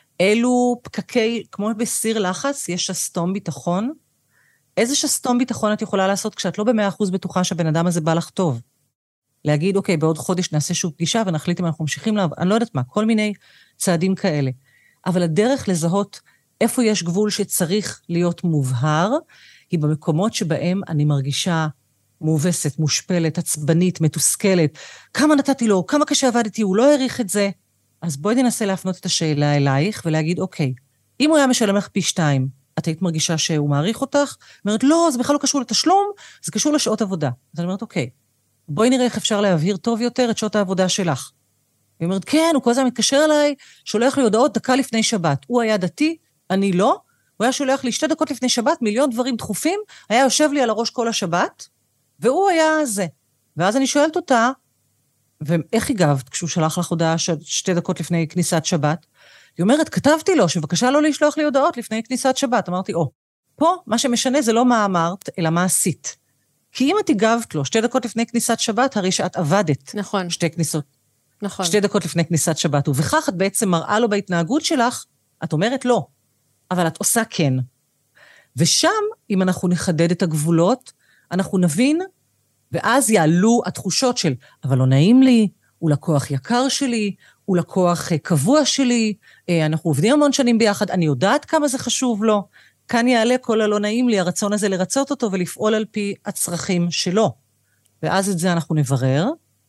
אלו פקקי, כמו בסיר לחץ, יש שסתום ביטחון. איזה שסתום ביטחון את יכולה לעשות כשאת לא במאה אחוז בטוחה שהבן אדם הזה בא לך טוב? להגיד, אוקיי, בעוד חודש נעשה שוב פגישה, ונחליט אם אנחנו ממשיכים לה, אני לא יודעת מה, כל מיני צעדים כאלה. אבל הדרך לזהות איפה יש גבול שצריך להיות מובהר, היא במקומות שבהם אני מרגישה מובסת, מושפלת, עצבנית, מתוסכלת, כמה נתתי לו, כמה קשה עבדתי, הוא לא העריך את זה. אז בואי ננסה להפנות את השאלה אלייך, ולהגיד, אוקיי, אם הוא היה משלם לך פי שתיים, את היית מרגישה שהוא מעריך אותך? אומרת, לא, זה בכלל לא קשור לתשלום, זה קשור לשעות עבודה. אז אני אומרת, אוקיי, בואי נראה איך אפשר להבהיר טוב יותר את שעות העבודה שלך. היא אומרת, כן, הוא כל הזמן מתקשר אליי, שולח לי הודעות דקה לפני שבת. הוא היה דתי, אני לא. הוא היה שולח לי שתי דקות לפני שבת, מיליון דברים דחופים, היה יושב לי על הראש כל השבת, והוא היה זה. ואז אני שואלת אותה, ואיך הגבת כשהוא שלח לך הודעה ש... שתי דקות לפני כניסת שבת? היא אומרת, כתבתי לו, שבבקשה לא לשלוח לי הודעות לפני כניסת שבת. אמרתי, או, פה מה שמשנה זה לא מה אמרת, אלא מה עשית. כי אם את הגבת לו שתי דקות לפני כניסת שבת, הרי שאת עבדת. נכון. שתי כניסות. נכון. שתי דקות לפני כניסת שבת, ובכך את בעצם מראה לו בהתנהגות שלך, את אומרת לא, אבל את עושה כן. ושם, אם אנחנו נחדד את הגבולות, אנחנו נבין, ואז יעלו התחושות של, אבל לא נעים לי, הוא לקוח יקר שלי, הוא לקוח קבוע שלי, אנחנו עובדים המון שנים ביחד, אני יודעת כמה זה חשוב לו, כאן יעלה כל הלא נעים לי, הרצון הזה לרצות אותו ולפעול על פי הצרכים שלו. ואז את זה אנחנו נברר,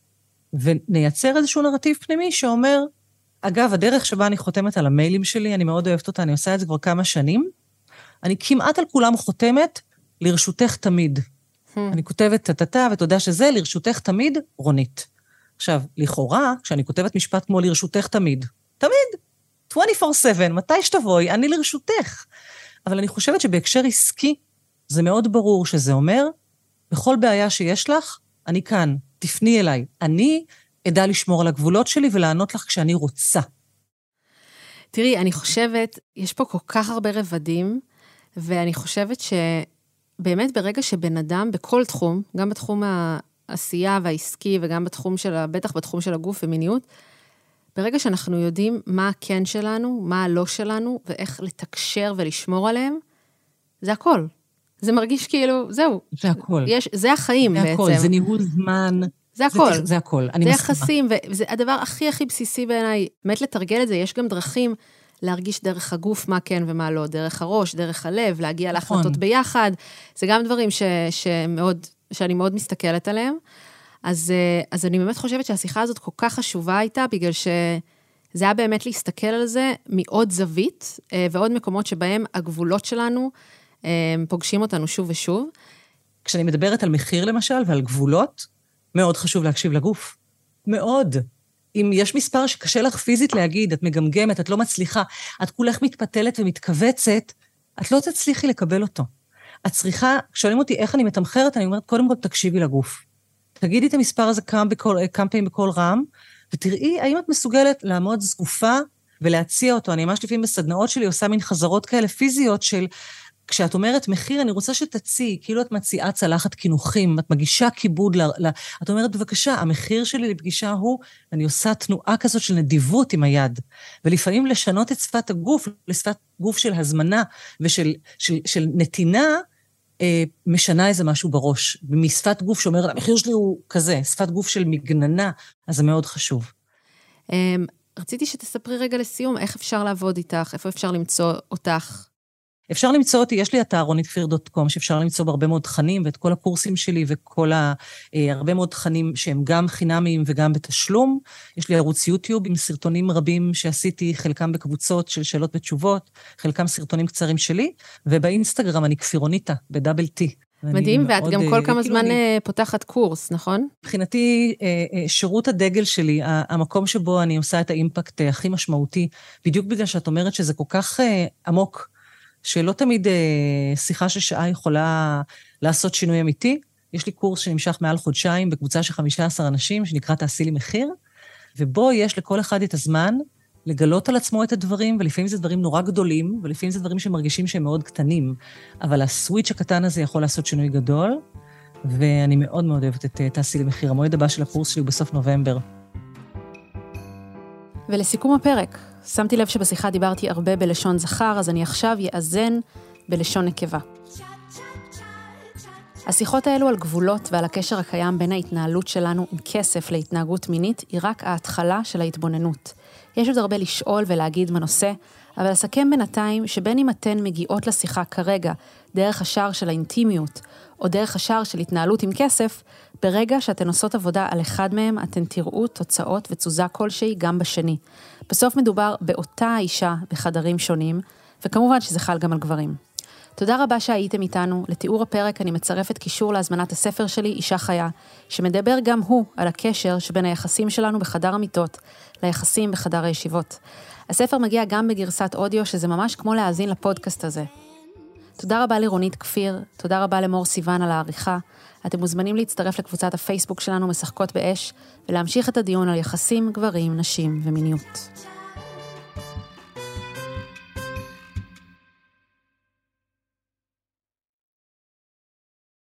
ונייצר איזשהו נרטיב פנימי שאומר, אגב, הדרך שבה אני חותמת על המיילים שלי, אני מאוד אוהבת אותה, אני עושה את זה כבר כמה שנים, אני כמעט על כולם חותמת לרשותך תמיד. Hmm. אני כותבת תתתה, ותודה שזה, לרשותך תמיד, רונית. עכשיו, לכאורה, כשאני כותבת משפט כמו לרשותך תמיד, תמיד, עשרים וארבע שבע, מתי שתבואי, אני לרשותך. אבל אני חושבת שבהקשר עסקי, זה מאוד ברור שזה אומר, בכל בעיה שיש לך, אני כאן, תפני אליי. אני אדע לשמור על הגבולות שלי ולענות לך כשאני רוצה. תראי, אני חושבת, יש פה כל כך הרבה רבדים, ואני חושבת שבאמת ברגע שבן אדם, בכל תחום, גם בתחום העשייה והעסקי, וגם בתחום של, בטח בתחום של הגוף ומיניות, ברגע שאנחנו יודעים מה הכן שלנו, מה הלא שלנו, ואיך לתקשר ולשמור עליהם, זה הכל. זה מרגיש כאילו, זהו. זה הכל. יש, זה החיים זה בעצם. הכל, זה ניהול זמן. זה הכל. זה, זה הכל, אני זה מסכימה. יחסים, וזה הדבר הכי הכי בסיסי בעיניי. באמת לתרגל את זה, יש גם דרכים להרגיש דרך הגוף מה כן ומה לא, דרך הראש, דרך הלב, להגיע נכון. להחלטות ביחד. זה גם דברים ש, שמאוד, שאני מאוד מסתכלת עליהם. אז, אז אני באמת חושבת שהשיחה הזאת כל כך חשובה הייתה, בגלל שזה היה באמת להסתכל על זה מעוד זווית, ועוד מקומות שבהם הגבולות שלנו פוגשים אותנו שוב ושוב. כשאני מדברת על מחיר למשל ועל גבולות, מאוד חשוב להקשיב לגוף. מאוד. אם יש מספר שקשה לך פיזית להגיד, את מגמגמת, את לא מצליחה, את כולך מתפתלת ומתכווצת, את לא תצליחי לקבל אותו. את צריכה, כשואלים אותי איך אני מתמחרת, אני אומרת, קודם כל תקשיבי לגוף. תגידי את המספר הזה כמה, בכל, כמה פעמים בכל רם, ותראי האם את מסוגלת לעמוד זקופה ולהציע אותו. אני ממש לפעמים בסדנאות שלי עושה מין חזרות כאלה פיזיות של, כשאת אומרת מחיר, אני רוצה שתציעי, כאילו את מציעה צלחת כינוחים, את מגישה כיבוד, ל, ל, את אומרת, בבקשה, המחיר שלי לפגישה הוא, אני עושה תנועה כזאת של נדיבות עם היד, ולפעמים לשנות את שפת הגוף, לשפת גוף של הזמנה, ושל של, של נתינה, אה, משנה איזה משהו בראש, משפת גוף שאומרת, המחיר שלי הוא כזה, שפת גוף של מגננה, אז זה מאוד חשוב. רציתי שתספרי רגע לסיום, איך אפשר לעבוד איתך, איפה אפשר למצוא אותך? אפשר למצוא אותי, יש לי אתר רונית כפיר דוט קום, שאפשר למצוא בהרבה מאוד תכנים, ואת כל הקורסים שלי, וכל ה, הרבה מאוד תכנים שהם גם חינמיים וגם בתשלום. יש לי ערוץ יוטיוב עם סרטונים רבים שעשיתי, חלקם בקבוצות של שאלות ותשובות, חלקם סרטונים קצרים שלי, ובאינסטגרם אני כפירוניטה, בדאבל טי. מדהים, ואת גם כל כמה זמן פותחת קורס, נכון? מבחינתי, שירות הדגל שלי, המקום שבו אני עושה את האימפקט הכי משמעותי, בדיוק בגלל שאת אומרת שזה כל כך עמוק, שלא תמיד שיחה של שעה יכולה לעשות שינוי אמיתי. יש לי קורס שנמשך מעל חודשיים בקבוצה של חמישה עשר אנשים, שנקרא תעשי לי מחיר, ובו יש לכל אחד את הזמן לגלות על עצמו את הדברים, ולפעמים זה דברים נורא גדולים, ולפעמים זה דברים שמרגישים שהם מאוד קטנים, אבל הסוויץ' הקטן הזה יכול לעשות שינוי גדול, ואני מאוד מאוד אוהבת את תעשי לי מחיר. המועד הבא של הקורס שלי הוא בסוף נובמבר. ולסיכום הפרק, שמתי לב שבשיחה דיברתי הרבה בלשון זכר, אז אני עכשיו יאזן בלשון נקבה. השיחות האלו על גבולות ועל הקשר הקיים בין ההתנהלות שלנו עם כסף להתנהגות מינית היא רק ההתחלה של ההתבוננות. יש עוד הרבה לשאול ולהגיד בנושא, אבל אסכם בינתיים שבין אם אתן מגיעות לשיחה כרגע דרך השער של האינטימיות או דרך השער של התנהלות עם כסף, ברגע שאתן עושות עבודה על אחד מהם אתן תראו תוצאות ותזוזה כלשהי גם בשני. בסוף מדובר באותה האישה בחדרים שונים, וכמובן שזה חל גם על גברים. תודה רבה שהייתם איתנו. לתיאור הפרק אני מצרפת קישור להזמנת הספר שלי, אישה חיה, שמדבר גם הוא על הקשר שבין היחסים שלנו בחדר המיטות, ליחסים בחדר הישיבות. הספר מגיע גם בגרסת אודיו, שזה ממש כמו להאזין לפודקאסט הזה. תודה רבה לרונית כפיר, תודה רבה למור סיוון על העריכה. אתם מוזמנים להצטרף לקבוצת הפייסבוק שלנו משחקות באש, ולהמשיך את הדיון על יחסים, גברים, נשים ומיניות.